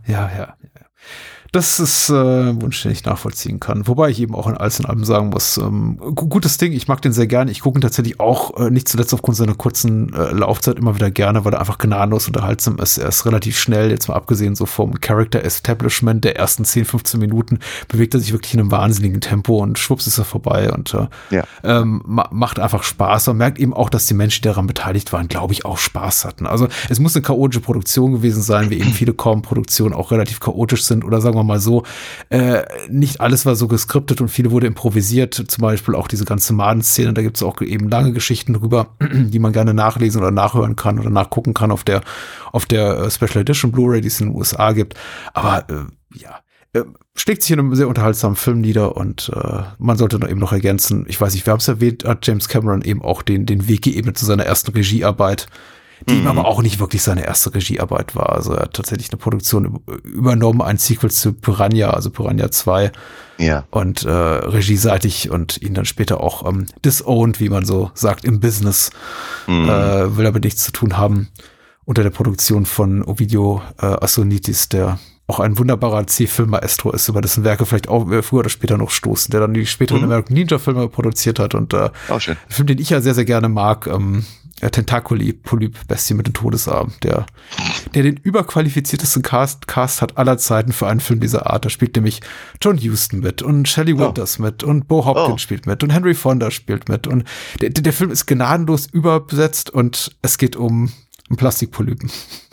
Das ist ein Wunsch, den ich nachvollziehen kann. Wobei ich eben auch in allem sagen muss, gutes Ding, ich mag den sehr gerne. Ich gucke ihn tatsächlich auch nicht zuletzt aufgrund seiner kurzen Laufzeit immer wieder gerne, weil er einfach gnadenlos unterhaltsam ist. Er ist relativ schnell, jetzt mal abgesehen so vom Character Establishment der ersten 10, 15 Minuten, bewegt er sich wirklich in einem wahnsinnigen Tempo und schwupps ist er vorbei und macht einfach Spaß. Man merkt eben auch, dass die Menschen, die daran beteiligt waren, glaube ich, auch Spaß hatten. Also es muss eine chaotische Produktion gewesen sein, wie eben viele Korn-Produktionen auch relativ chaotisch sind oder sagen wir mal so, nicht alles war so geskriptet und viel wurde improvisiert, zum Beispiel auch diese ganze Maden-Szene, da gibt es auch eben lange Geschichten drüber, die man gerne nachlesen oder nachhören kann oder nachgucken kann auf der Special Edition Blu-ray, die es in den USA gibt, aber schlägt sich in einem sehr unterhaltsamen Film nieder und man sollte noch eben noch ergänzen, ich weiß nicht, wir haben es erwähnt, hat James Cameron eben auch den Weg geebnet zu seiner ersten Regiearbeit, die ihm aber auch nicht wirklich seine erste Regiearbeit war. Also er hat tatsächlich eine Produktion übernommen, ein Sequel zu Piranha, also Piranha 2. Ja. Und regieseitig und ihn dann später auch disowned, wie man so sagt, im Business. Will aber nichts zu tun haben unter der Produktion von Ovidio Assonitis, der auch ein wunderbarer C-Film-Maestro ist, über dessen Werke vielleicht auch früher oder später noch stoßen, der dann die späteren American Ninja-Filme produziert hat und schön. ein Film, den ich ja sehr, sehr gerne mag, Tentaculi, Polyp-Bestie mit dem Todesarm, der den überqualifiziertesten Cast hat aller Zeiten für einen Film dieser Art. Da spielt nämlich John Huston mit und Shelley Winters mit und Bo Hopkins spielt mit und Henry Fonda spielt mit und der Film ist gnadenlos überbesetzt und es geht um Plastikpolypen.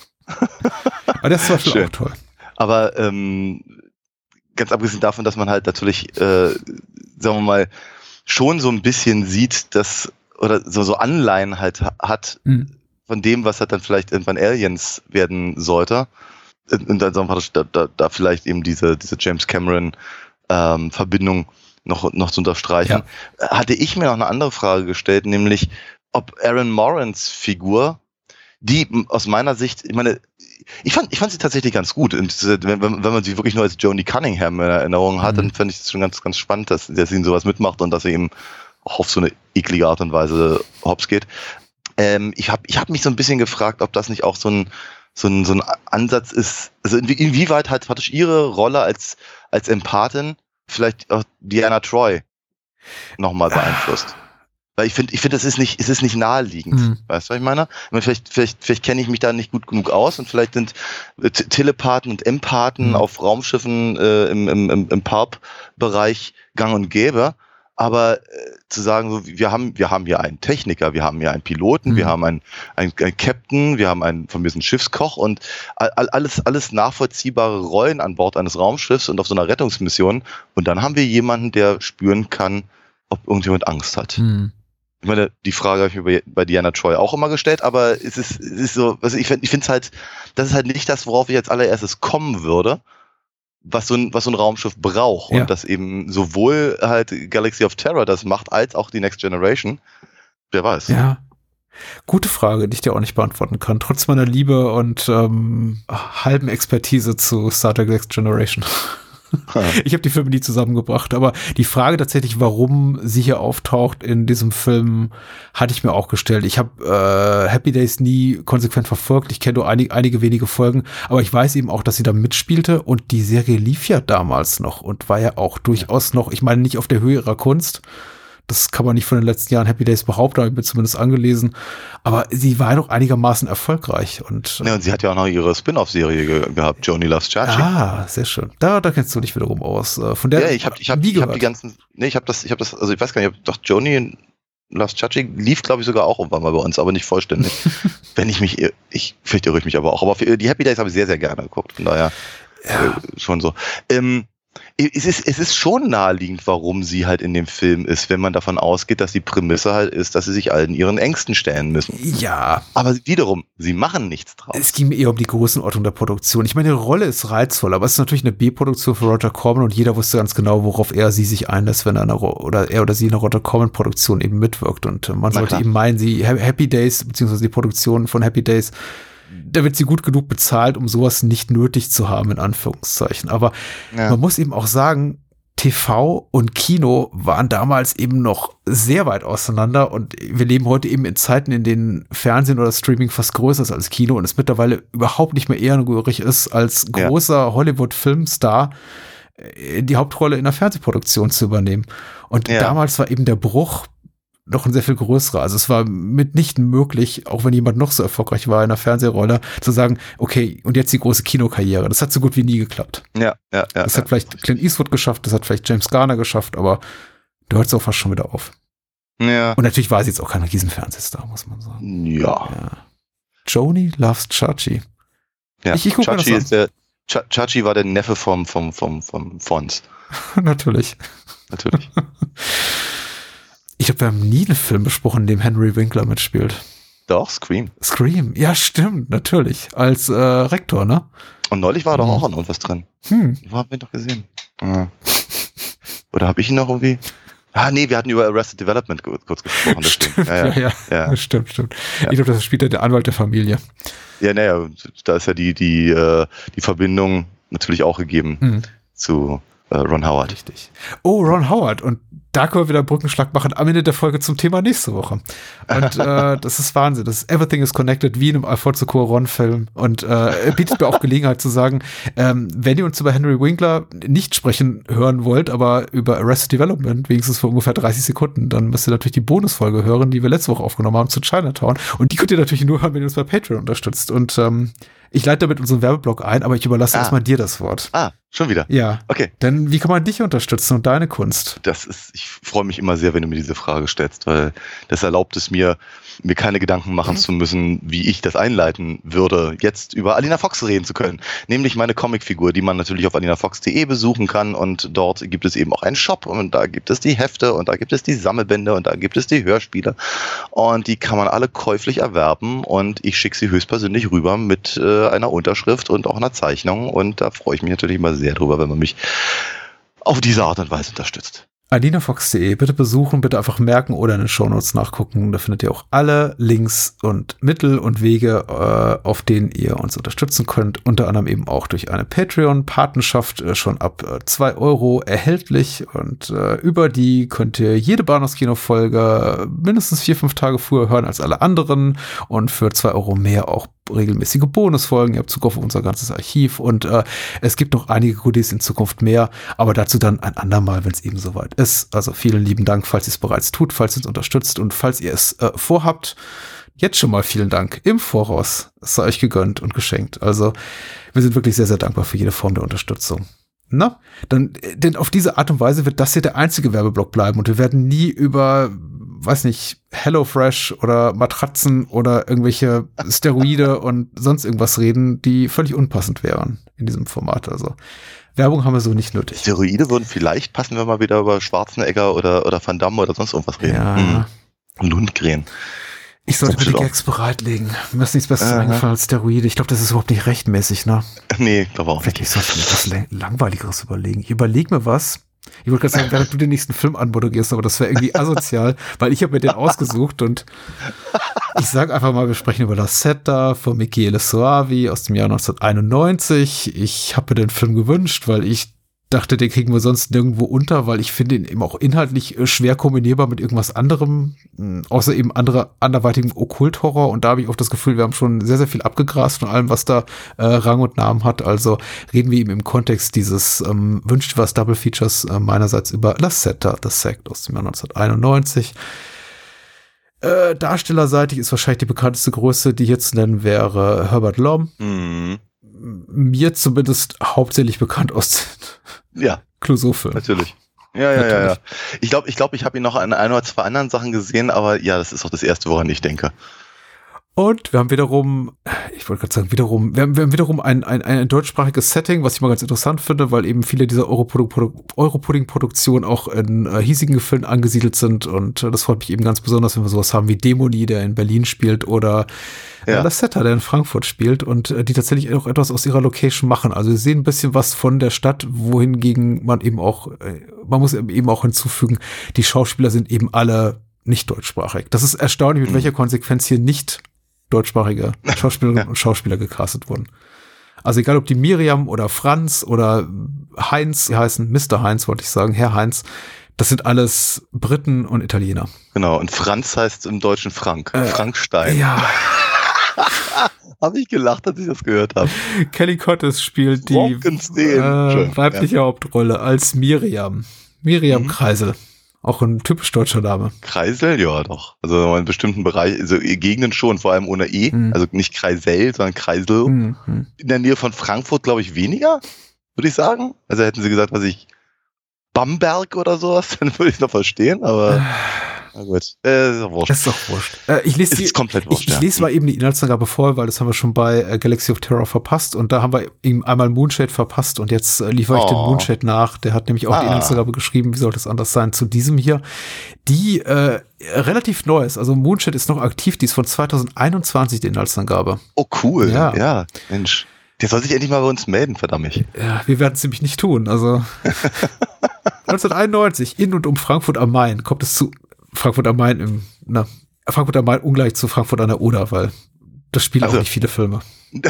Aber das ist zum Beispiel auch toll. Aber ganz abgesehen davon, dass man halt natürlich, sagen wir mal, schon so ein bisschen sieht, dass oder so Anleihen halt hat von dem, was halt dann vielleicht irgendwann Aliens werden sollte. Und dann sagen wir, da vielleicht eben diese James Cameron Verbindung noch zu unterstreichen. Ja. Hatte ich mir noch eine andere Frage gestellt, nämlich ob Aaron Morans Figur, die aus meiner Sicht, ich fand sie tatsächlich ganz gut. Und wenn man sie wirklich nur als Joni Cunningham in Erinnerung hat, dann fand ich es schon ganz, ganz spannend, dass sie in sowas mitmacht und dass sie eben auch auf so eine eklige Art und Weise hops geht. Ich hab mich so ein bisschen gefragt, ob das nicht auch so ein Ansatz ist, also inwieweit hat praktisch ihre Rolle als Empathin vielleicht auch Deanna Troi nochmal beeinflusst. Weil ich finde, es ist nicht naheliegend. Weißt du, was ich meine? Vielleicht kenne ich mich da nicht gut genug aus und vielleicht sind Telepathen und Empathen auf Raumschiffen im Pulp-Bereich gang und gäbe. Aber zu sagen, so, wir haben hier einen Techniker, wir haben hier einen Piloten, wir haben einen Captain, wir haben einen von mir einen Schiffskoch und alles nachvollziehbare Rollen an Bord eines Raumschiffs und auf so einer Rettungsmission. Und dann haben wir jemanden, der spüren kann, ob irgendjemand Angst hat. Ich meine, die Frage habe ich mir bei Deanna Troi auch immer gestellt, aber es ist so, also ich finde es halt, das ist halt nicht das, worauf ich als allererstes kommen würde, was so ein Raumschiff braucht. Und das eben sowohl halt Galaxy of Terror das macht, als auch die Next Generation. Wer weiß. Ja. Gute Frage, die ich dir auch nicht beantworten kann. Trotz meiner Liebe und halben Expertise zu Star Trek Next Generation. Ich habe die Filme nie zusammengebracht, aber die Frage tatsächlich, warum sie hier auftaucht in diesem Film, hatte ich mir auch gestellt. Ich habe Happy Days nie konsequent verfolgt. Ich kenne nur einige wenige Folgen, aber ich weiß eben auch, dass sie da mitspielte und die Serie lief ja damals noch und war ja auch durchaus noch, ich meine nicht auf der Höhe ihrer Kunst. Das kann man nicht von den letzten Jahren Happy Days behaupten, habe ich mir zumindest angelesen. Aber sie war ja noch einigermaßen erfolgreich. Und sie hat ja auch noch ihre Spin-off-Serie gehabt, Joni Loves Chachi. Ah, sehr schön. Da kennst du dich wiederum aus. Von der ich habe die ganzen, ich habe das, also ich weiß gar nicht, doch Joni Loves Chachi lief, glaube ich, sogar auch irgendwann mal bei uns, aber nicht vollständig. Vielleicht irre ich mich aber auch. Aber für die Happy Days habe ich sehr, sehr gerne geguckt. Von daher schon so. Es ist schon naheliegend, warum sie halt in dem Film ist, wenn man davon ausgeht, dass die Prämisse halt ist, dass sie sich allen ihren Ängsten stellen müssen. Ja. Aber wiederum, sie machen nichts draus. Es ging mir eher um die Größenordnung der Produktion. Ich meine, die Rolle ist reizvoll, aber es ist natürlich eine B-Produktion für Roger Corman und jeder wusste ganz genau, worauf er sie sich einlässt, wenn er oder sie in einer Roger Corman-Produktion eben mitwirkt. Und man sollte eben meinen, sie Happy Days, beziehungsweise die Produktion von Happy Days, da wird sie gut genug bezahlt, um sowas nicht nötig zu haben, in Anführungszeichen. Aber man muss eben auch sagen, TV und Kino waren damals eben noch sehr weit auseinander und wir leben heute eben in Zeiten, in denen Fernsehen oder Streaming fast größer ist als Kino und es mittlerweile überhaupt nicht mehr ehrenrührig ist, als großer Hollywood-Filmstar die Hauptrolle in einer Fernsehproduktion zu übernehmen. Und damals war eben der Bruch noch ein sehr viel größerer. Also es war mitnichten möglich, auch wenn jemand noch so erfolgreich war in einer Fernsehrolle, zu sagen, okay, und jetzt die große Kinokarriere. Das hat so gut wie nie geklappt. Das hat vielleicht Clint Eastwood geschafft, das hat vielleicht James Garner geschafft, aber da hört es auch fast schon wieder auf. Ja. Und natürlich war sie jetzt auch kein Riesenfernsehstar, muss man sagen. Ja. Joni loves Chachi. Ja. Ich gucke Chachi ist Chachi war der Neffe vom Fonz. Natürlich. Ich glaube, wir haben nie einen Film besprochen, in dem Henry Winkler mitspielt. Doch, Scream. Ja, stimmt, natürlich. Als Rektor, ne? Und neulich war doch auch noch irgendwas drin. Wo haben wir doch gesehen? Oder habe ich ihn noch irgendwie? Nee, wir hatten über Arrested Development kurz gesprochen. Das stimmt. Ja. Stimmt. Ja. Ich glaube, das spielt der Anwalt der Familie. Ja, da ist ja die Verbindung natürlich auch gegeben zu Ron Howard. Richtig. Oh, Ron Howard. Und da können wir wieder einen Brückenschlag machen am Ende der Folge zum Thema nächste Woche. Und das ist Wahnsinn. Das ist Everything is Connected, wie in einem Alfonso Cuarón-Film. Und bietet mir auch Gelegenheit zu sagen, wenn ihr uns über Henry Winkler nicht sprechen hören wollt, aber über Arrested Development, wenigstens für ungefähr 30 Sekunden, dann müsst ihr natürlich die Bonusfolge hören, die wir letzte Woche aufgenommen haben zu Chinatown. Und die könnt ihr natürlich nur hören, wenn ihr uns bei Patreon unterstützt. Und ich leite damit unseren Werbeblock ein, aber ich überlasse erstmal dir das Wort. Schon wieder? Ja. Okay. Denn wie kann man dich unterstützen und deine Kunst? Ich freue mich immer sehr, wenn du mir diese Frage stellst, weil das erlaubt es mir keine Gedanken machen zu müssen, wie ich das einleiten würde, jetzt über Alina Fox reden zu können. Nämlich meine Comicfigur, die man natürlich auf alinafox.de besuchen kann und dort gibt es eben auch einen Shop und da gibt es die Hefte und da gibt es die Sammelbände und da gibt es die Hörspiele und die kann man alle käuflich erwerben und ich schicke sie höchstpersönlich rüber mit einer Unterschrift und auch einer Zeichnung und da freue ich mich natürlich immer sehr drüber, wenn man mich auf diese Art und Weise unterstützt. alinafox.de, bitte besuchen, bitte einfach merken oder in den Shownotes nachgucken. Da findet ihr auch alle Links und Mittel und Wege, auf denen ihr uns unterstützen könnt. Unter anderem eben auch durch eine Patreon-Patenschaft schon ab 2 € erhältlich. Und über die könnt ihr jede Bahnhofskino-Folge mindestens 4-5 Tage früher hören als alle anderen. Und für 2 € mehr auch regelmäßige Bonusfolgen. Ihr habt Zugriff auf unser ganzes Archiv. Und es gibt noch einige Goodies in Zukunft mehr. Aber dazu dann ein andermal, wenn es eben soweit ist. Also vielen lieben Dank, falls ihr es bereits tut, falls ihr uns unterstützt und falls ihr es vorhabt. Jetzt schon mal vielen Dank im Voraus. Es sei euch gegönnt und geschenkt. Also wir sind wirklich sehr, sehr dankbar für jede Form der Unterstützung. Na, denn auf diese Art und Weise wird das hier der einzige Werbeblock bleiben und wir werden nie über, weiß nicht, HelloFresh oder Matratzen oder irgendwelche Steroide und sonst irgendwas reden, die völlig unpassend wären in diesem Format. Also Werbung haben wir so nicht nötig. Steroide würden vielleicht passen, wenn wir mal wieder über Schwarzenegger oder Van Damme oder sonst irgendwas reden. Ja. Lundgren. Ich sollte mir die Gags bereitlegen. Mir ist nichts Besseres eingefallen als Steroide. Ich glaube, das ist überhaupt nicht rechtmäßig, ne? Nee, glaube auch nicht. Vielleicht sollte ich mir was Langweiligeres überlegen. Ich überlege mir was. Ich wollte gerade sagen, während du den nächsten Film anmoderierst, aber das wäre irgendwie asozial, weil ich habe mir den ausgesucht und ich sage einfach mal, wir sprechen über La Setta von Michele Soavi aus dem Jahr 1991. Ich habe mir den Film gewünscht, weil ich dachte, den kriegen wir sonst nirgendwo unter, weil ich finde ihn eben auch inhaltlich schwer kombinierbar mit irgendwas anderem, außer eben anderweitigem Okkulthorror. Und da habe ich auch das Gefühl, wir haben schon sehr, sehr viel abgegrast von allem, was da Rang und Namen hat. Also reden wir eben im Kontext dieses Wünscht was Double Features meinerseits über La Setta, The Sect aus dem Jahr 1991. Darstellerseitig ist wahrscheinlich die bekannteste Größe, die hier zu nennen wäre Herbert Lom. Mir zumindest hauptsächlich bekannt aus Clouseau-Filmen. Natürlich. Ja. Ich glaube, ich habe ihn noch an ein oder zwei anderen Sachen gesehen, aber ja, das ist auch das Erste, woran ich denke. Und wir haben wiederum, wir haben wiederum ein deutschsprachiges Setting, was ich mal ganz interessant finde, weil eben viele dieser Europudding-Produktionen auch in hiesigen Gefilden angesiedelt sind und das freut mich eben ganz besonders, wenn wir sowas haben wie Dämoni, der in Berlin spielt oder La Setta, der in Frankfurt spielt und die tatsächlich auch etwas aus ihrer Location machen. Also wir sehen ein bisschen was von der Stadt, wohingegen man eben auch, man muss eben auch hinzufügen, die Schauspieler sind eben alle nicht deutschsprachig. Das ist erstaunlich, mit welcher Konsequenz hier nicht deutschsprachige Schauspielerinnen und Schauspieler gecastet wurden. Also egal, ob die Miriam oder Franz oder Heinz, die heißen Mr. Heinz, wollte ich sagen, Herr Heinz, das sind alles Briten und Italiener. Genau, und Franz heißt im Deutschen Frank. Frank Stein. Ja. Habe ich gelacht, als ich das gehört habe. Kelly Curtis spielt die weibliche Hauptrolle als Miriam. Miriam Kreisel. Auch ein typisch deutscher Name. Kreisel? Ja, doch. Also in bestimmten Bereichen, also Gegenden schon, vor allem ohne E. Also nicht Kreisel, sondern Kreisel. In der Nähe von Frankfurt, glaube ich, weniger, würde ich sagen. Also hätten sie gesagt, Bamberg oder sowas, dann würde ich es noch verstehen, aber na gut. Ist doch wurscht. Ist doch wurscht. Ich lese komplett wurscht, ich lese mal eben die Inhaltsangabe vor, weil das haben wir schon bei Galaxy of Terror verpasst und da haben wir ihm einmal Moonshade verpasst und jetzt liefere ich den Moonshade nach. Der hat nämlich auch die Inhaltsangabe geschrieben, wie sollte es anders sein, zu diesem hier, die relativ neu ist. Also Moonshade ist noch aktiv, die ist von 2021, die Inhaltsangabe. Oh cool, ja Mensch. Der soll sich endlich mal bei uns melden, verdammt. Ja, wir werden es nämlich nicht tun. Also 1991, in und um Frankfurt am Main, kommt es zu Frankfurt am Main Frankfurt am Main ungleich zu Frankfurt an der Oder, weil das spielen auch nicht viele Filme.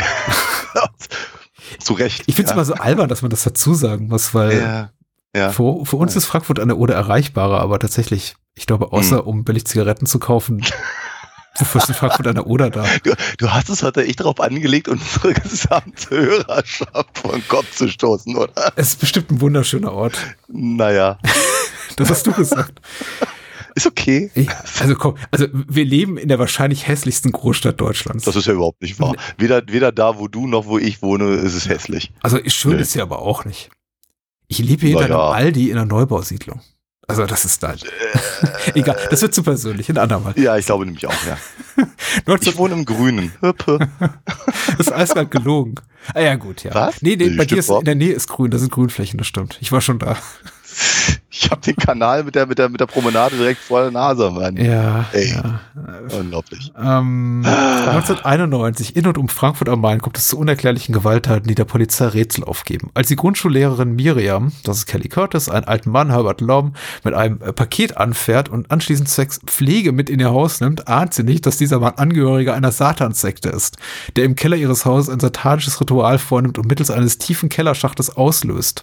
Zu Recht. Ich finde es immer so albern, dass man das dazu sagen muss, weil für uns ist Frankfurt an der Oder erreichbarer, aber tatsächlich, ich glaube, außer um billig Zigaretten zu kaufen, wofür ist in Frankfurt an der Oder da? Du hast es heute echt darauf angelegt, unsere gesamte Hörerschaft vor den Kopf zu stoßen, oder? Es ist bestimmt ein wunderschöner Ort. Naja. Das hast du gesagt. Ist okay. Also wir leben in der wahrscheinlich hässlichsten Großstadt Deutschlands. Das ist ja überhaupt nicht wahr. Weder da, wo du noch wo ich wohne, ist es hässlich. Also schön ist ja aber auch nicht. Ich lebe hinter einem Aldi in einer Neubausiedlung. Also das ist da. Egal, das wird zu persönlich, ein andermal. Ja, ich glaube nämlich auch, ja. Ich wohne im Grünen. Das ist eiskalt gelogen. Ah ja, gut, ja. Was? Nee, bei dir ist in der Nähe ist grün, da sind Grünflächen, das stimmt. Ich war schon da. Ich habe den Kanal mit der Promenade direkt vor der Nase, Mann. Ja. Ey. Ja. Unglaublich. 1991, in und um Frankfurt am Main, kommt es zu unerklärlichen Gewalttaten, die der Polizei Rätsel aufgeben. Als die Grundschullehrerin Miriam, das ist Kelly Curtis, einen alten Mann, Herbert Lom, mit einem Paket anfährt und anschließend zwecks Pflege mit in ihr Haus nimmt, ahnt sie nicht, dass dieser Mann Angehöriger einer Satanssekte ist, der im Keller ihres Hauses ein satanisches Ritual vornimmt und mittels eines tiefen Kellerschachtes auslöst.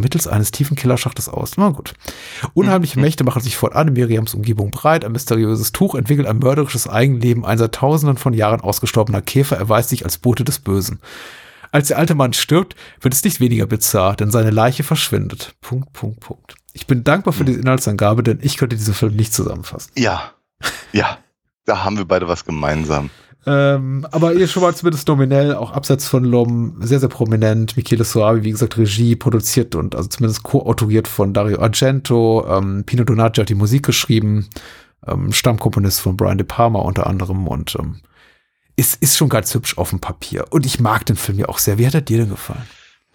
Na gut. Unheimliche Mächte machen sich fortan in Miriams Umgebung breit. Ein mysteriöses Tuch entwickelt ein mörderisches Eigenleben. Ein seit Tausenden von Jahren ausgestorbener Käfer erweist sich als Bote des Bösen. Als der alte Mann stirbt, wird es nicht weniger bizarr, denn seine Leiche verschwindet. ... Ich bin dankbar für diese Inhaltsangabe, denn ich könnte diesen Film nicht zusammenfassen. Ja, da haben wir beide was gemeinsam. Aber ihr schon mal zumindest nominell, auch abseits von Lom, sehr, sehr prominent. Michele Soavi, wie gesagt, Regie produziert und also zumindest co-autoriert von Dario Argento. Pino Donaggio hat die Musik geschrieben. Stammkomponist von Brian De Palma unter anderem. Und es ist schon ganz hübsch auf dem Papier. Und ich mag den Film ja auch sehr. Wie hat er dir denn gefallen?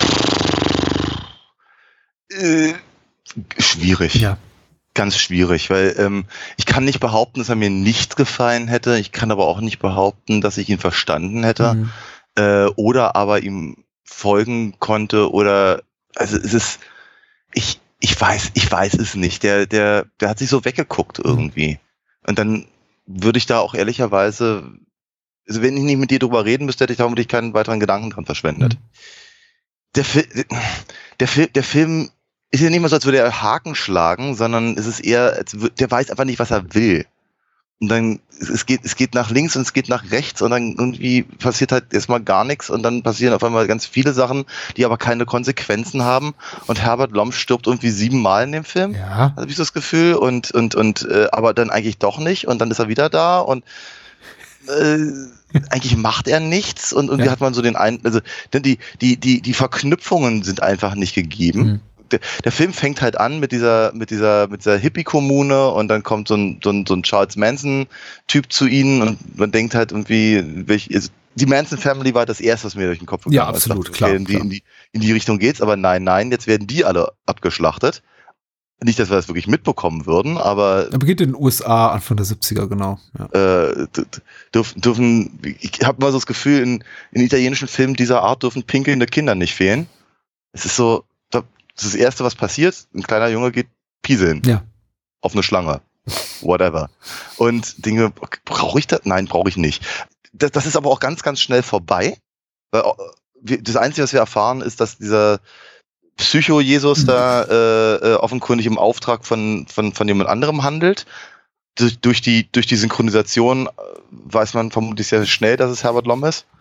Schwierig. Ja. Ganz schwierig, weil ich kann nicht behaupten, dass er mir nicht gefallen hätte. Ich kann aber auch nicht behaupten, dass ich ihn verstanden hätte oder aber ihm folgen konnte oder also es ist ich weiß es nicht. Der hat sich so weggeguckt irgendwie. Und dann würde ich da auch ehrlicherweise, also wenn ich nicht mit dir drüber reden müsste, hätte ich vermutlich keinen weiteren Gedanken dran verschwendet. Der Film ist ja nicht mal so, als würde er Haken schlagen, sondern es ist eher, der weiß einfach nicht, was er will. Und dann, es geht nach links und es geht nach rechts und dann irgendwie passiert halt erstmal gar nichts und dann passieren auf einmal ganz viele Sachen, die aber keine Konsequenzen haben. Und Herbert Lom stirbt irgendwie 7 Mal in dem Film. Ja. Habe ich so das Gefühl und aber dann eigentlich doch nicht und dann ist er wieder da und eigentlich macht er nichts und wie hat man so denn die Verknüpfungen sind einfach nicht gegeben. Der Film fängt halt an mit dieser Hippie-Kommune und dann kommt so ein Charles Manson-Typ zu ihnen und man denkt halt irgendwie, die Manson Family war das erste, was mir durch den Kopf gegangen ist. Ja, absolut, klar. In die Richtung geht's, aber nein, jetzt werden die alle abgeschlachtet. Nicht, dass wir das wirklich mitbekommen würden, aber... Er beginnt in den USA Anfang der 70er, genau. Ja. Ich habe mal so das Gefühl, in italienischen Filmen dieser Art dürfen pinkelnde Kinder nicht fehlen. Es ist so... Das Erste, was passiert, ein kleiner Junge geht pieseln. Ja. Auf eine Schlange. Whatever. Und Dinge, brauche ich das? Nein, brauche ich nicht. Das ist aber auch ganz, ganz schnell vorbei. Weil das Einzige, was wir erfahren, ist, dass dieser Psycho-Jesus da offenkundig im Auftrag von jemand anderem handelt. Durch die Synchronisation weiß man vermutlich sehr schnell, dass es Herbert Lom ist.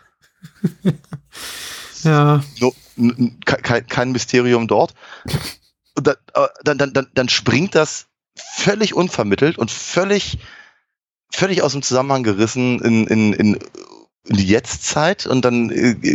Ja. Kein Mysterium dort. Und dann springt das völlig unvermittelt und völlig aus dem Zusammenhang gerissen in die Jetztzeit, und dann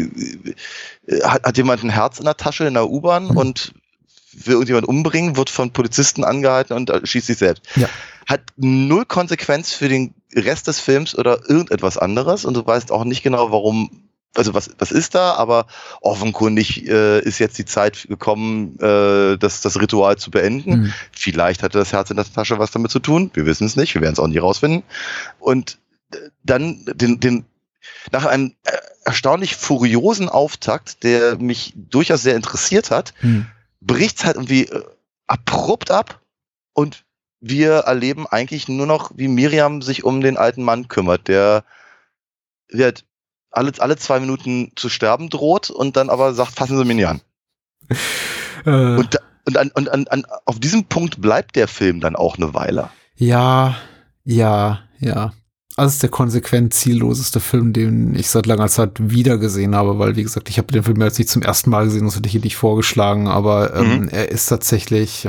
hat jemand ein Herz in der Tasche in der U-Bahn und will irgendjemand umbringen, wird von Polizisten angehalten und schießt sich selbst. Ja. Hat null Konsequenz für den Rest des Films oder irgendetwas anderes, und du weißt auch nicht genau, warum. Also was ist da, aber offenkundig ist jetzt die Zeit gekommen, das Ritual zu beenden. Vielleicht hatte das Herz in der Tasche was damit zu tun. Wir wissen es nicht, wir werden es auch nie rausfinden. Und dann nach einem erstaunlich furiosen Auftakt, der mich durchaus sehr interessiert hat, bricht es halt irgendwie abrupt ab, und wir erleben eigentlich nur noch, wie Miriam sich um den alten Mann kümmert, der wird alle 2 Minuten zu sterben droht und dann aber sagt, fassen Sie mich nicht an. Und auf diesem Punkt bleibt der Film dann auch eine Weile. Ja. Also es ist der konsequent zielloseste Film, den ich seit langer Zeit wieder gesehen habe, weil, wie gesagt, ich habe den Film jetzt nicht zum ersten Mal gesehen, das hätte ich hier nicht vorgeschlagen, aber er ist tatsächlich,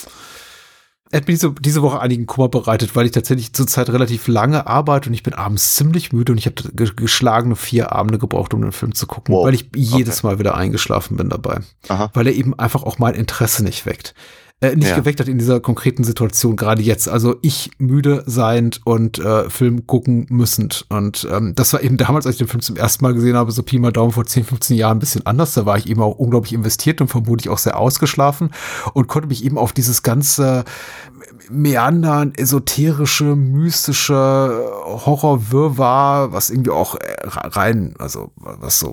er hat mir diese Woche einigen Kummer bereitet, weil ich tatsächlich zurzeit relativ lange arbeite und ich bin abends ziemlich müde, und ich habe geschlagene 4 Abende gebraucht, um den Film zu gucken, weil ich jedes Mal wieder eingeschlafen bin dabei. Aha. Weil er eben einfach auch mein Interesse nicht weckt. Geweckt hat in dieser konkreten Situation, gerade jetzt. Also ich müde seiend und Film gucken müssend. Und das war eben damals, als ich den Film zum ersten Mal gesehen habe, so Pi mal Daumen vor 10, 15 Jahren ein bisschen anders. Da war ich eben auch unglaublich investiert und vermutlich auch sehr ausgeschlafen und konnte mich eben auf dieses ganze Meandern, esoterische, mystische Horror-Wirrwarr, was irgendwie auch rein, also was so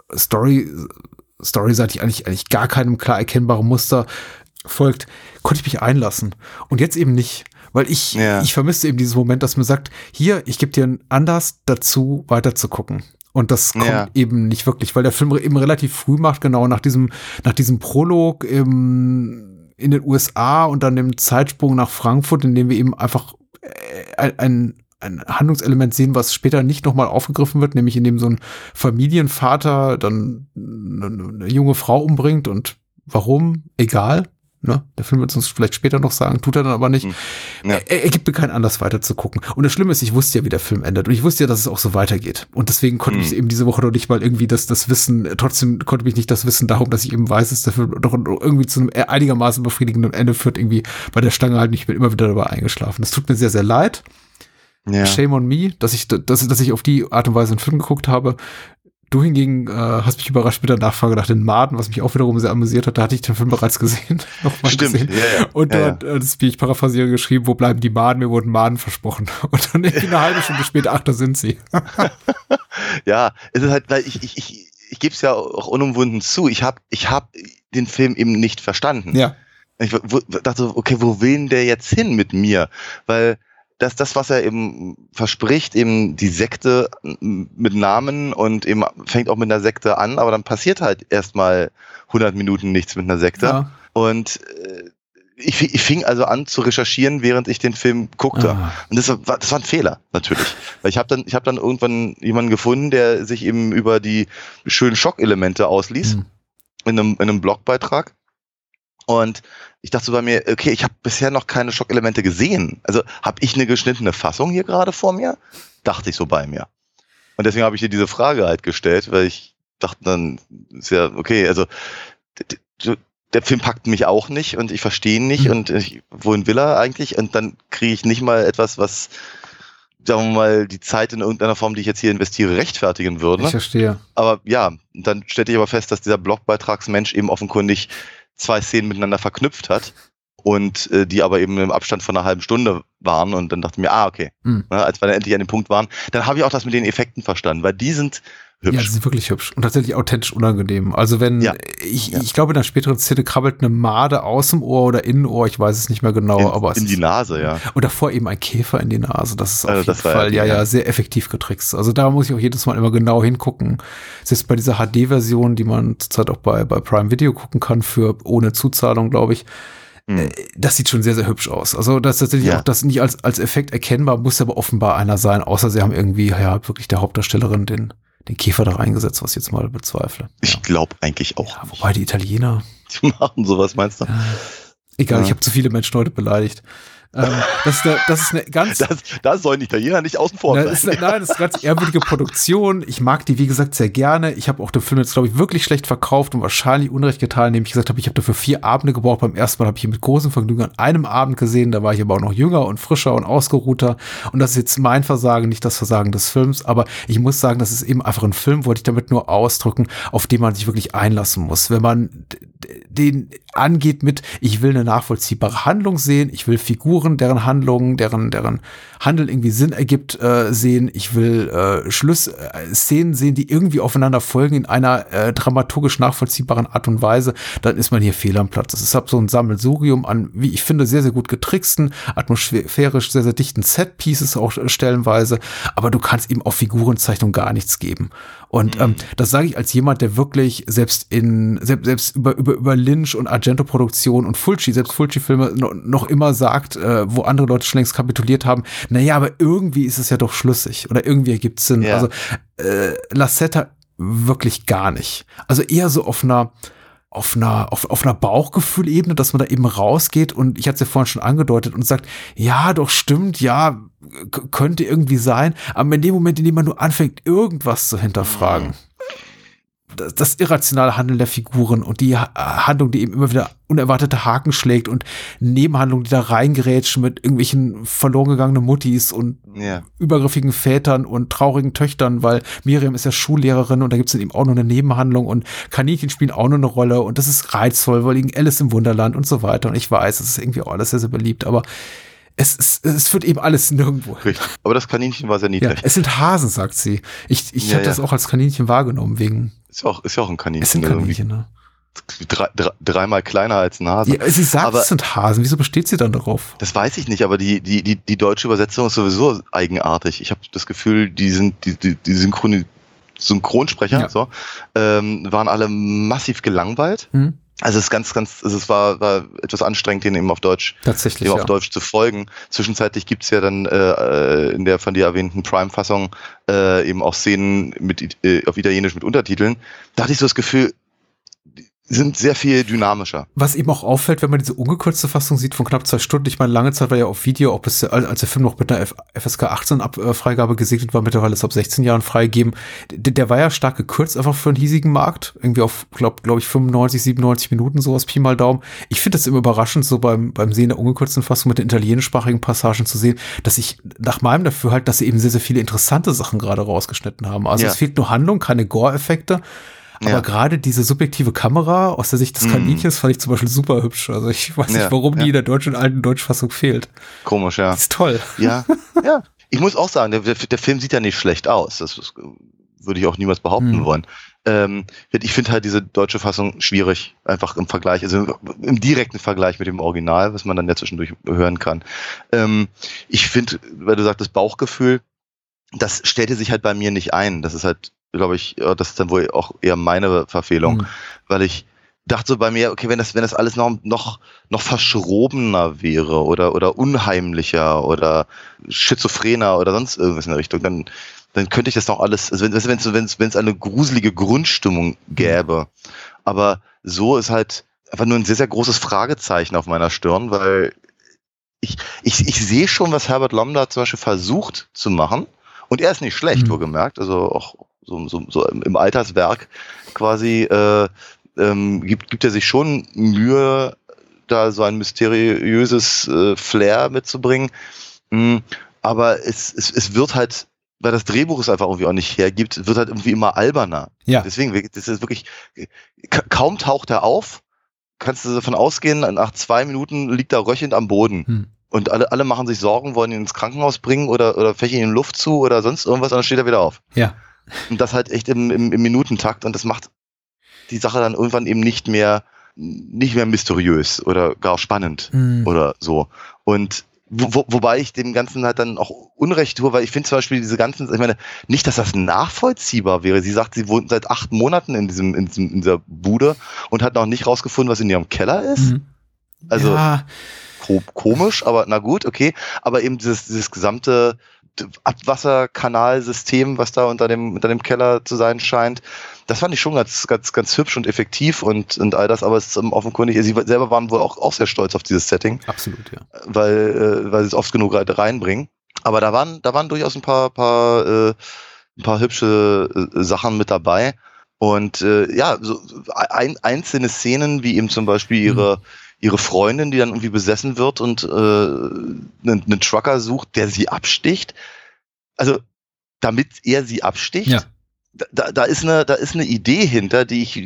storyseitig eigentlich gar keinem klar erkennbaren Muster folgt, konnte ich mich einlassen. Und jetzt eben nicht, weil ich vermisste eben dieses Moment, dass man sagt, hier, ich gebe dir einen Anlass dazu, weiter zu gucken. Und das kommt eben nicht wirklich, weil der Film eben relativ früh macht, genau nach diesem Prolog in den USA und dann dem Zeitsprung nach Frankfurt, in dem wir eben einfach ein Handlungselement sehen, was später nicht nochmal aufgegriffen wird, nämlich in dem so ein Familienvater dann eine junge Frau umbringt, und warum? Egal. Ne? Der Film wird es uns vielleicht später noch sagen, tut er dann aber nicht. Ja. Er gibt mir keinen Anlass weiter zu gucken. Und das Schlimme ist, ich wusste ja, wie der Film endet. Und ich wusste ja, dass es auch so weitergeht. Und deswegen konnte ich eben diese Woche noch nicht mal irgendwie das Wissen, trotzdem konnte mich nicht das Wissen darum, dass ich eben weiß, dass der Film doch irgendwie zu einem einigermaßen befriedigenden Ende führt, irgendwie bei der Stange halt nicht. Ich bin immer wieder dabei eingeschlafen. Das tut mir sehr, sehr leid. Ja. Shame on me, dass ich auf die Art und Weise einen Film geguckt habe. Du hingegen hast mich überrascht mit der Nachfrage nach den Maden, was mich auch wiederum sehr amüsiert hat. Da hatte ich den Film bereits gesehen. Stimmt. Ja. Und dort, das, wie ich paraphrasiere, geschrieben, wo bleiben die Maden? Mir wurden Maden versprochen. Und dann eine halbe Stunde später, ach, da sind sie. Ja, es ist halt, weil ich gebe es ja auch unumwunden zu. Ich hab den Film eben nicht verstanden. Ja. Ich dachte, okay, wo will denn der jetzt hin mit mir? Weil das, was er eben verspricht, eben die Sekte mit Namen, und eben fängt auch mit einer Sekte an, aber dann passiert halt erstmal 100 Minuten nichts mit einer Sekte. Ja. Und ich fing also an zu recherchieren, während ich den Film guckte. Und das war ein Fehler, natürlich. Weil ich hab dann irgendwann jemanden gefunden, der sich eben über die schönen Schockelemente ausließ, in einem Blogbeitrag. Und ich dachte so bei mir, okay, ich habe bisher noch keine Schockelemente gesehen. Also habe ich eine geschnittene Fassung hier gerade vor mir? Dachte ich so bei mir. Und deswegen habe ich dir diese Frage halt gestellt, weil ich dachte dann, ist ja okay, also der Film packt mich auch nicht und ich verstehe ihn nicht und wohin will er eigentlich? Und dann kriege ich nicht mal etwas, was, sagen wir mal, die Zeit in irgendeiner Form, die ich jetzt hier investiere, rechtfertigen würde. Ich verstehe. Aber ja, dann stellte ich aber fest, dass dieser Blogbeitragsmensch eben offenkundig 2 Szenen miteinander verknüpft hat und die aber eben im Abstand von einer halben Stunde waren, und dann dachte ich mir, okay, als wir dann endlich an dem Punkt waren, dann habe ich auch das mit den Effekten verstanden, weil die sind hübsch. Ja, sie sind wirklich hübsch und tatsächlich authentisch unangenehm. Also wenn, ich glaube, in einer späteren Szene krabbelt eine Made aus dem Ohr oder Innenohr, ich weiß es nicht mehr genau. Aber in die Nase, ja. Und davor eben ein Käfer in die Nase. Das ist auf jeden das Fall, sehr effektiv getrickst. Also da muss ich auch jedes Mal immer genau hingucken. Selbst bei dieser HD-Version, die man zurzeit auch bei Prime Video gucken kann, ohne Zuzahlung, glaube ich. Das sieht schon sehr, sehr hübsch aus. Also das ist tatsächlich auch das nicht als Effekt erkennbar, muss aber offenbar einer sein, außer sie haben irgendwie wirklich der Hauptdarstellerin den Käfer da reingesetzt, was ich jetzt mal bezweifle. Ich glaube eigentlich auch. Ja, wobei die Italiener. Die machen sowas, meinst du? Egal, ich habe zu viele Menschen heute beleidigt. Das ist eine ganz. Da sollen Italiener nicht außen vor sein. Das ist eine ganz ehrwürdige Produktion. Ich mag die, wie gesagt, sehr gerne. Ich habe auch den Film jetzt, glaube ich, wirklich schlecht verkauft und wahrscheinlich Unrecht getan, indem ich gesagt habe, ich habe dafür 4 Abende gebraucht. Beim ersten Mal habe ich ihn mit großem Vergnügen an einem Abend gesehen. Da war ich aber auch noch jünger und frischer und ausgeruhter. Und das ist jetzt mein Versagen, nicht das Versagen des Films. Aber ich muss sagen, das ist eben einfach ein Film, wollte ich damit nur ausdrücken, auf den man sich wirklich einlassen muss. Wenn man den angeht mit, ich will eine nachvollziehbare Handlung sehen, ich will Figuren, deren Handlungen, deren Handeln irgendwie Sinn ergibt, sehen, ich will Szenen sehen, die irgendwie aufeinander folgen in einer dramaturgisch nachvollziehbaren Art und Weise, dann ist man hier fehl am Platz. Das ist halt so ein Sammelsurium an, wie ich finde, sehr, sehr gut getricksten, atmosphärisch sehr, sehr dichten Set-Pieces auch stellenweise, aber du kannst eben auf Figurenzeichnung gar nichts geben. Und das sage ich als jemand, der wirklich selbst über Lynch und Argento-Produktion und selbst Fulci-Filme noch immer sagt, wo andere Leute schon längst kapituliert haben, naja, aber irgendwie ist es ja doch schlüssig oder irgendwie ergibt es Sinn. Ja. Also Lasseter wirklich gar nicht. Also eher so auf einer Bauchgefühlebene, dass man da eben rausgeht und ich hatte es ja vorhin schon angedeutet und sagt, ja, doch stimmt, ja, könnte irgendwie sein, aber in dem Moment, in dem man nur anfängt, irgendwas zu hinterfragen, das irrationale Handeln der Figuren und die Handlung, die eben immer wieder unerwartete Haken schlägt und Nebenhandlungen, die da reingerätschen mit irgendwelchen verloren gegangenen Muttis und übergriffigen Vätern und traurigen Töchtern, weil Miriam ist ja Schullehrerin und da gibt es dann eben auch noch eine Nebenhandlung und Kaninchen spielen auch noch eine Rolle und das ist reizvoll, weil liegen Alice im Wunderland und so weiter und ich weiß, das ist irgendwie auch alles sehr, sehr beliebt, aber es führt eben alles nirgendwo. Richtig. Aber das Kaninchen war sehr niedlich. Ja, es sind Hasen, sagt sie. Ich habe das auch als Kaninchen wahrgenommen, wegen. Ist ja auch ein Kaninchen. Es sind Kaninchen, ne? Dreimal kleiner als ein Hase. Ja, sie sagt, es sind Hasen. Wieso besteht sie dann darauf? Das weiß ich nicht, aber die deutsche Übersetzung ist sowieso eigenartig. Ich habe das Gefühl, die Synchronsprecher waren alle massiv gelangweilt. Also es war etwas anstrengend, denen eben auf Deutsch zu folgen. Zwischenzeitlich gibt's ja dann in der von dir erwähnten Prime-Fassung eben auch Szenen auf Italienisch mit Untertiteln. Da hatte ich so das Gefühl, sind sehr viel dynamischer. Was eben auch auffällt, wenn man diese ungekürzte Fassung sieht von knapp 2 Stunden. Ich meine, lange Zeit war ja auf Video, als der Film noch mit einer FSK 18 Freigabe gesegnet war, mittlerweile ist ab 16 Jahren freigegeben. Der war ja stark gekürzt, einfach für einen hiesigen Markt. Irgendwie auf, glaube ich, 95, 97 Minuten, sowas, Pi mal Daumen. Ich finde das immer überraschend, so beim Sehen der ungekürzten Fassung mit den italienischsprachigen Passagen zu sehen, dass ich nach meinem Dafürhalten, dass sie eben sehr, sehr viele interessante Sachen gerade rausgeschnitten haben. Also es fehlt nur Handlung, keine Gore-Effekte. Aber gerade diese subjektive Kamera aus der Sicht des Kaninchens fand ich zum Beispiel super hübsch. Also ich weiß nicht, warum die in der deutschen alten Deutschfassung fehlt. Komisch, ja. Die ist toll. Ja. Ich muss auch sagen, der Film sieht ja nicht schlecht aus. Das würde ich auch niemals behaupten wollen. Ich finde halt diese deutsche Fassung schwierig, einfach im Vergleich, also im direkten Vergleich mit dem Original, was man dann ja zwischendurch hören kann. Ich finde, weil du sagtest Bauchgefühl, das stellte sich halt bei mir nicht ein. Das ist halt, glaube ich, das ist dann wohl auch eher meine Verfehlung, weil ich dachte so bei mir, okay, wenn das alles noch verschrobener wäre oder unheimlicher oder schizophrener oder sonst irgendwas in der Richtung, dann könnte ich das noch alles, also wenn es eine gruselige Grundstimmung gäbe, aber so ist halt einfach nur ein sehr, sehr großes Fragezeichen auf meiner Stirn, weil ich sehe schon, was Herbert Lomda zum Beispiel versucht zu machen. Und er ist nicht schlecht, wohlgemerkt. Also auch so im Alterswerk quasi gibt er sich schon Mühe, da so ein mysteriöses Flair mitzubringen. Aber es wird halt, weil das Drehbuch es einfach irgendwie auch nicht hergibt, wird halt irgendwie immer alberner. Ja. Deswegen, das ist wirklich, kaum taucht er auf, kannst du davon ausgehen, nach 2 Minuten liegt er röchelnd am Boden. Und alle machen sich Sorgen, wollen ihn ins Krankenhaus bringen oder fächen ihm Luft zu oder sonst irgendwas, und dann steht er wieder auf. Ja. Und das halt echt im Minutentakt und das macht die Sache dann irgendwann eben nicht mehr mysteriös oder gar spannend oder so. Und wobei ich dem Ganzen halt dann auch Unrecht tue, weil ich finde zum Beispiel diese ganzen, ich meine, nicht, dass das nachvollziehbar wäre. Sie sagt, sie wohnt seit 8 Monaten in dieser Bude und hat noch nicht rausgefunden, was in ihrem Keller ist. Also komisch, aber na gut, okay. Aber eben dieses gesamte Abwasserkanalsystem, was da unter dem Keller zu sein scheint, das fand ich schon ganz hübsch und effektiv und all das, aber es ist offenkundig, sie selber waren wohl auch sehr stolz auf dieses Setting. Absolut, ja. Weil sie es oft genug reinbringen. Aber da waren durchaus ein paar hübsche Sachen mit dabei. Und so einzelne Szenen, wie eben zum Beispiel ihre Freundin, die dann irgendwie besessen wird und einen Trucker sucht, der sie absticht. Also, damit er sie absticht. Ja. Da ist eine Idee hinter, die ich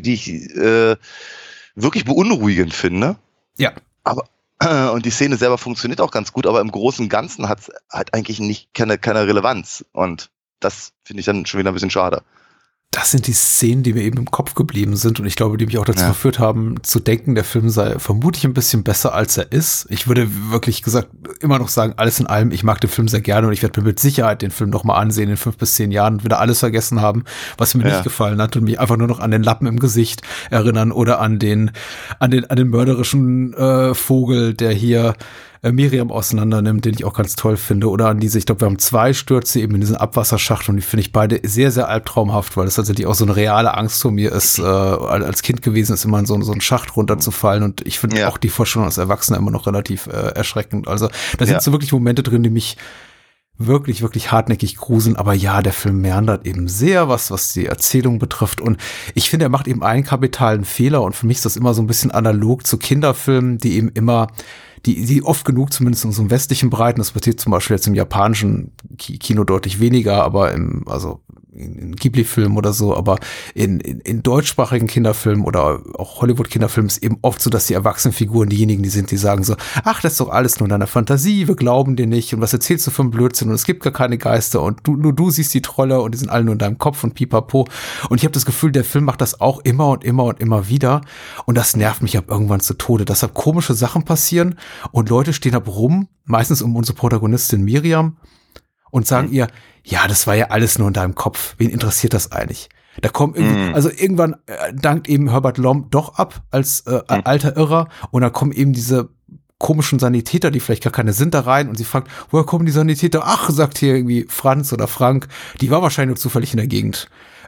wirklich beunruhigend finde. Ja. Aber und die Szene selber funktioniert auch ganz gut, aber im Großen und Ganzen hat eigentlich keine Relevanz. Und das finde ich dann schon wieder ein bisschen schade. Das sind die Szenen, die mir eben im Kopf geblieben sind und ich glaube, die mich auch dazu verführt haben, zu denken, der Film sei vermutlich ein bisschen besser, als er ist. Ich würde wirklich gesagt immer noch sagen, alles in allem, ich mag den Film sehr gerne und ich werde mir mit Sicherheit den Film nochmal ansehen in 5 bis 10 Jahren und wieder alles vergessen haben, was mir nicht gefallen hat und mich einfach nur noch an den Lappen im Gesicht erinnern oder an den mörderischen Vogel, der hier Miriam auseinandernimmt, den ich auch ganz toll finde, oder an diese, ich glaube, wir haben 2 Stürze eben in diesen Abwasserschacht und die finde ich beide sehr, sehr albtraumhaft, weil das tatsächlich auch so eine reale Angst von mir ist, als Kind gewesen ist, immer in so einen Schacht runterzufallen und ich finde auch die Vorstellung als Erwachsener immer noch relativ erschreckend. Also da sind so wirklich Momente drin, die mich wirklich, wirklich hartnäckig gruseln, aber ja, der Film meandert eben sehr, was die Erzählung betrifft und ich finde, er macht eben einen kapitalen Fehler und für mich ist das immer so ein bisschen analog zu Kinderfilmen, die eben immer die oft genug, zumindest in so einem westlichen Breiten, das passiert zum Beispiel jetzt im japanischen Kino deutlich weniger, aber in Ghibli-Filmen oder so, aber in deutschsprachigen Kinderfilmen oder auch Hollywood-Kinderfilmen ist eben oft so, dass die Erwachsenenfiguren diejenigen, die sagen so, ach, das ist doch alles nur deine Fantasie, wir glauben dir nicht und was erzählst du für einen Blödsinn und es gibt gar keine Geister und nur du siehst die Trolle und die sind alle nur in deinem Kopf und pipapo und ich habe das Gefühl, der Film macht das auch immer und immer und immer wieder und das nervt mich ab irgendwann zu Tode, deshalb komische Sachen passieren und Leute stehen ab rum, meistens um unsere Protagonistin Miriam und sagen ihr, ja, das war ja alles nur in deinem Kopf. Wen interessiert das eigentlich? Da kommen irgendwie, also irgendwann dankt eben Herbert Lom doch ab als alter Irrer und da kommen eben diese komischen Sanitäter, die vielleicht gar keine sind, da rein und sie fragt, woher kommen die Sanitäter? Ach, sagt hier irgendwie Franz oder Frank, die war wahrscheinlich nur zufällig in der Gegend.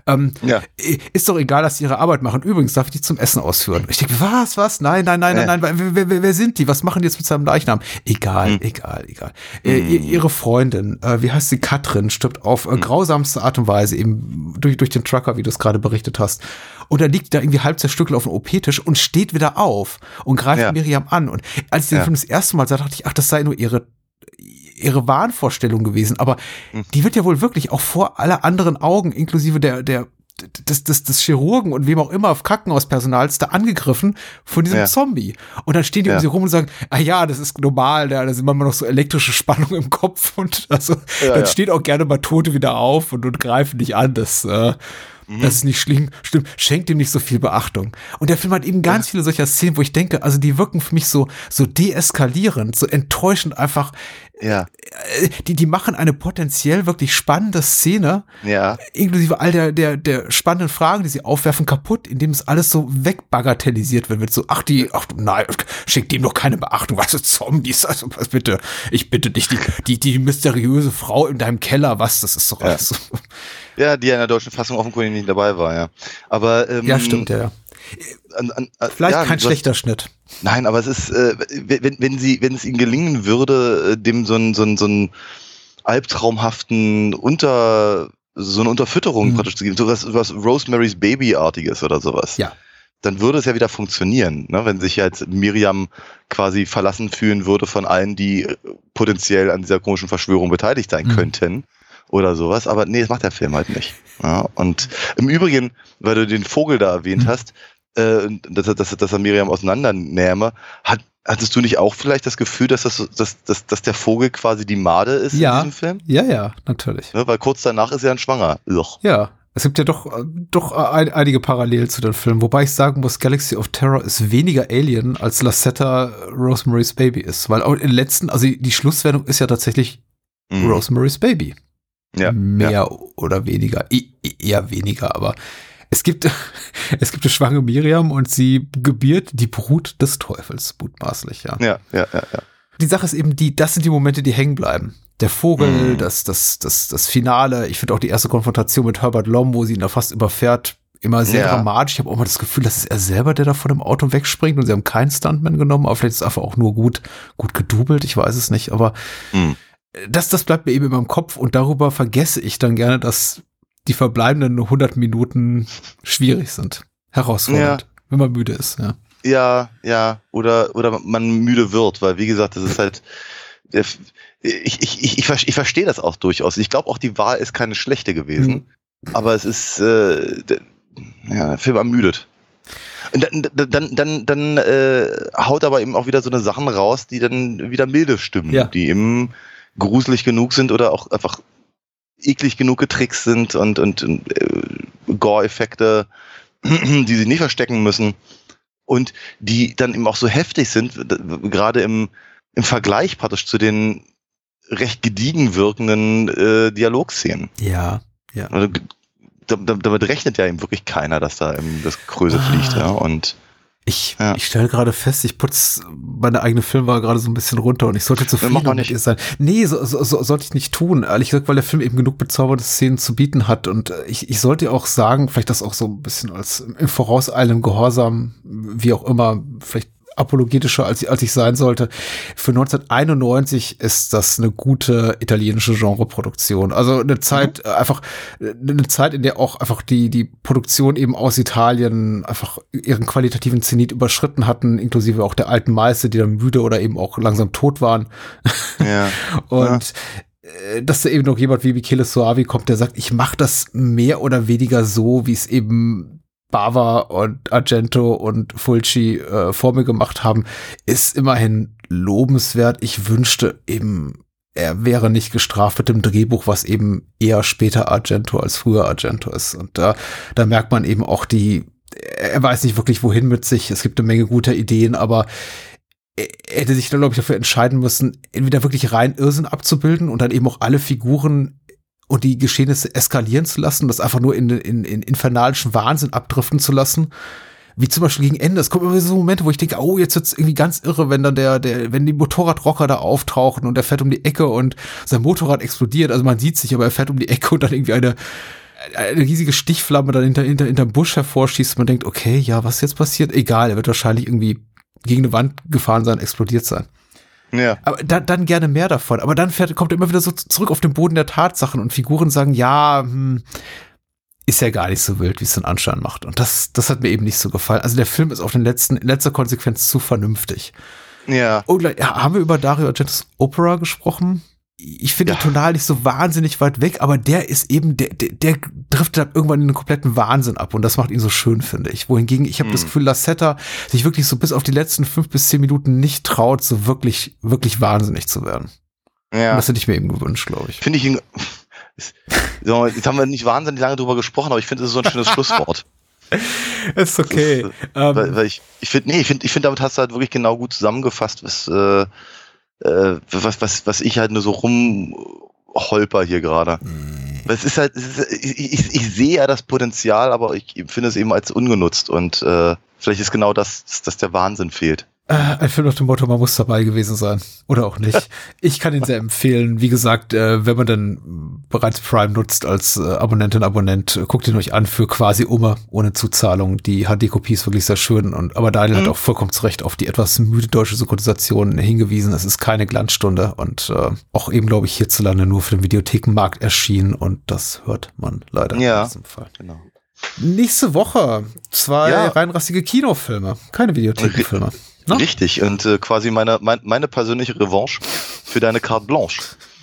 Ist doch egal, dass die ihre Arbeit machen. Übrigens darf ich die zum Essen ausführen. Ich denke, was? Nein. Wer sind die? Was machen die jetzt mit seinem Leichnam? Egal. Ihre Freundin, wie heißt sie? Katrin, stirbt auf grausamste Art und Weise, eben durch den Trucker, wie du es gerade berichtet hast. Und dann liegt da irgendwie halb zerstückelt auf dem OP-Tisch und steht wieder auf und greift Miriam an. Und als ich den Film das erste Mal sah, dachte ich, ach, das sei nur ihre Wahnvorstellung gewesen, aber die wird ja wohl wirklich auch vor aller anderen Augen, inklusive des Chirurgen und wem auch immer, Krankenhauspersonals, da angegriffen von diesem Zombie. Und dann stehen die um sie rum und sagen, ah ja, das ist normal, da sind immer noch so elektrische Spannung im Kopf und also dann stehen auch gerne mal Tote wieder auf und greifen dich an, das ist nicht schlimm, schenkt ihm nicht so viel Beachtung. Und der Film hat eben ganz viele solcher Szenen, wo ich denke, also die wirken für mich so deeskalierend, so enttäuschend einfach. Ja. Die machen eine potenziell wirklich spannende Szene, inklusive all der spannenden Fragen, die sie aufwerfen, kaputt, indem es alles so wegbagatellisiert wird so, ach nein, schenkt dem doch keine Beachtung, was ist Zombies, also was bitte, ich bitte dich, die mysteriöse Frau in deinem Keller, das ist doch alles so. Ja, die ja in der deutschen Fassung offenkundig nicht dabei war, ja. Aber, ja, stimmt, ja. Vielleicht kein schlechter Schnitt. Nein, aber es ist, wenn es ihnen gelingen würde, dem so einen albtraumhaften so eine Unterfütterung praktisch zu geben, so was Rosemary's Baby-artiges oder sowas. Ja. Dann würde es ja wieder funktionieren, ne? Wenn sich jetzt Miriam quasi verlassen fühlen würde von allen, die potenziell an dieser komischen Verschwörung beteiligt sein könnten. Oder sowas, aber nee, das macht der Film halt nicht. Ja, und im Übrigen, weil du den Vogel da erwähnt hast, dass er Miriam auseinandernähme, hattest du nicht auch vielleicht das Gefühl, dass der Vogel quasi die Made ist in diesem Film? Ja, natürlich. Ja, weil kurz danach ist er dann schwanger. Ja, Es gibt ja doch einige Parallelen zu den Filmen, wobei ich sagen muss, Galaxy of Terror ist weniger Alien, als Lasetta Rosemary's Baby ist, weil auch im letzten, also die Schlusswendung ist ja tatsächlich Rosemary's Baby. Ja. Mehr oder weniger, eher weniger, aber es gibt eine schwangere Miriam und sie gebiert die Brut des Teufels, mutmaßlich, ja. Ja. Die Sache ist eben das sind die Momente, die hängen bleiben. Der Vogel, das Finale, ich finde auch die erste Konfrontation mit Herbert Lom, wo sie ihn da fast überfährt, immer sehr dramatisch. Ich habe auch mal das Gefühl, dass es er selber, der da vor dem Auto wegspringt und sie haben keinen Stuntman genommen, aber vielleicht ist es einfach auch nur gut gedoubelt, ich weiß es nicht, aber das bleibt mir eben in meinem Kopf und darüber vergesse ich dann gerne, dass die verbleibenden 100 Minuten schwierig sind, herausfordernd, wenn man müde ist, ja. Ja, oder man müde wird, weil wie gesagt, das ist halt, ich verstehe das auch durchaus. Ich glaube auch, die Wahl ist keine schlechte gewesen, aber es ist, der Film ermüdet. Und dann haut aber eben auch wieder so eine Sachen raus, die dann wieder milde stimmen, die eben gruselig genug sind oder auch einfach eklig genug getrickst sind und Gore-Effekte, die sie nicht verstecken müssen. Und die dann eben auch so heftig sind, gerade im Vergleich praktisch zu den recht gediegen wirkenden Dialogszenen. Ja. Also, damit rechnet ja eben wirklich keiner, dass da eben das Größe fliegt. Ja. Und ich stelle gerade fest, ich putze meine eigene Filmwahl gerade so ein bisschen runter und ich sollte zufrieden mit ihr sein. Nee, so sollte ich nicht tun. Ehrlich gesagt, weil der Film eben genug bezaubernde Szenen zu bieten hat und ich sollte auch sagen, vielleicht das auch so ein bisschen als im vorauseilendem Gehorsam, wie auch immer, vielleicht apologetischer, als ich sein sollte. Für 1991 ist das eine gute italienische Genreproduktion. Also eine Zeit, in der auch einfach die Produktion eben aus Italien einfach ihren qualitativen Zenit überschritten hatten, inklusive auch der alten Meister, die dann müde oder eben auch langsam tot waren. Ja. Und dass da eben noch jemand wie Michele Soavi kommt, der sagt, ich mache das mehr oder weniger so, wie es eben Bava und Argento und Fulci vor mir gemacht haben, ist immerhin lobenswert. Ich wünschte eben, er wäre nicht gestraft mit dem Drehbuch, was eben eher später Argento als früher Argento ist. Und da merkt man eben auch er weiß nicht wirklich, wohin mit sich. Es gibt eine Menge guter Ideen, aber er hätte sich dann, glaube ich, dafür entscheiden müssen, entweder wirklich rein Irrsinn abzubilden und dann eben auch alle Figuren und die Geschehnisse eskalieren zu lassen, das einfach nur in infernalischen Wahnsinn abdriften zu lassen, wie zum Beispiel gegen Ende. Es kommt immer so Momente, wo ich denke, oh, jetzt wird's irgendwie ganz irre, wenn dann wenn die Motorradrocker da auftauchen und er fährt um die Ecke und sein Motorrad explodiert, also man sieht sich, aber er fährt um die Ecke und dann irgendwie eine riesige Stichflamme dann hinterm Busch hervorschießt und man denkt, okay, ja, was jetzt passiert? Egal, er wird wahrscheinlich irgendwie gegen eine Wand gefahren sein, explodiert sein. Ja. Aber dann gerne mehr davon. Aber dann kommt er immer wieder so zurück auf den Boden der Tatsachen und Figuren sagen, ja, ist ja gar nicht so wild, wie es den Anschein macht. Und das hat mir eben nicht so gefallen. Also der Film ist in letzter Konsequenz zu vernünftig. Ja. Und haben wir über Dario Argentos Opera gesprochen? Ich finde tonal nicht so wahnsinnig weit weg, aber der ist eben, der driftet dann irgendwann in den kompletten Wahnsinn ab und das macht ihn so schön, finde ich. Wohingegen ich habe das Gefühl, Lasetta sich wirklich so bis auf die letzten 5 bis 10 Minuten nicht traut, so wirklich, wirklich wahnsinnig zu werden. Ja. Und das hätte ich mir eben gewünscht, glaube ich. Finde ich ihn, so, jetzt haben wir nicht wahnsinnig lange drüber gesprochen, aber ich finde, es ist so ein schönes Schlusswort. Ist okay. Weil ich finde, damit hast du halt wirklich genau gut zusammengefasst, was ich halt nur so rumholper hier gerade. Es ist halt, ich sehe ja das Potenzial, aber ich finde es eben als ungenutzt und vielleicht ist genau das, dass der Wahnsinn fehlt. Ein Film nach dem Motto, man muss dabei gewesen sein. Oder auch nicht. Ich kann ihn sehr empfehlen. Wie gesagt, wenn man dann bereits Prime nutzt als Abonnent, guckt ihn euch an für quasi ohne Zuzahlung. Die HD-Kopie ist wirklich sehr schön. Aber Daniel hat auch vollkommen zu Recht auf die etwas müde deutsche Synchronisation hingewiesen. Es ist keine Glanzstunde und auch eben, glaube ich, hierzulande nur für den Videothekenmarkt erschienen. Und das hört man leider in diesem Fall. Genau. Nächste Woche 2 reinrassige Kinofilme, keine Videothekenfilme. No? Richtig, und quasi meine persönliche Revanche für deine Carte Blanche.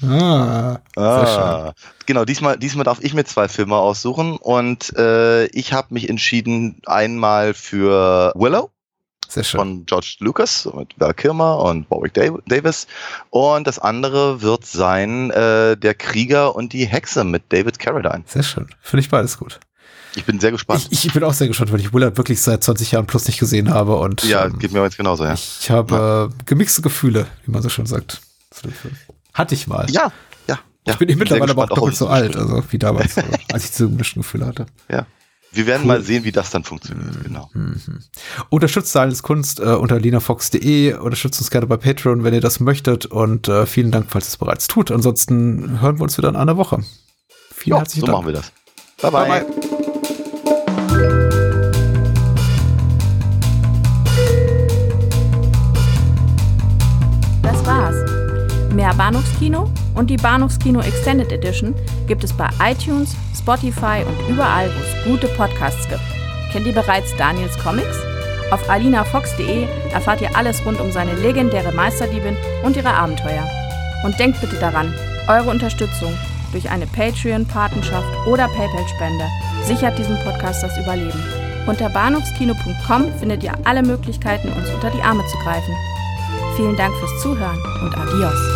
Genau, diesmal darf ich mir 2 Filme aussuchen und ich habe mich entschieden einmal für Willow Sehr schön. Von George Lucas mit Val Kilmer und Warwick Davis. Und das andere wird sein Der Krieger und die Hexe mit David Carradine. Sehr schön. Finde ich beides gut. Ich bin sehr gespannt. Ich bin auch sehr gespannt, weil ich Willard wirklich seit 20 Jahren plus nicht gesehen habe. Und, ja, geht mir jetzt genauso, ja. Ich habe gemixte Gefühle, wie man so schön sagt, zu dem Film. Hatte ich mal. Ja. Ich bin mittlerweile aber auch doppelt so alt, also wie damals, als ich diese gemischten Gefühle hatte. Ja. Wir werden mal sehen, wie das dann funktioniert, genau. Unterstützt Alles Kunst unter linafox.de, unterstützt uns gerne bei Patreon, wenn ihr das möchtet und vielen Dank, falls ihr es bereits tut. Ansonsten hören wir uns wieder in einer Woche. Vielen herzlichen Dank. So machen wir das. Bye, bye. Bye, bye. Das war's. Mehr Bahnhofskino und die Bahnhofskino Extended Edition gibt es bei iTunes, Spotify und überall, wo es gute Podcasts gibt. Kennt ihr bereits Daniels Comics? Auf alinafox.de erfahrt ihr alles rund um seine legendäre Meisterdiebin und ihre Abenteuer. Und denkt bitte daran, eure Unterstützung durch eine Patreon-Patenschaft oder PayPal-Spende sichert diesem Podcast das Überleben. Unter bahnhofskino.com findet ihr alle Möglichkeiten, uns unter die Arme zu greifen. Vielen Dank fürs Zuhören und adios.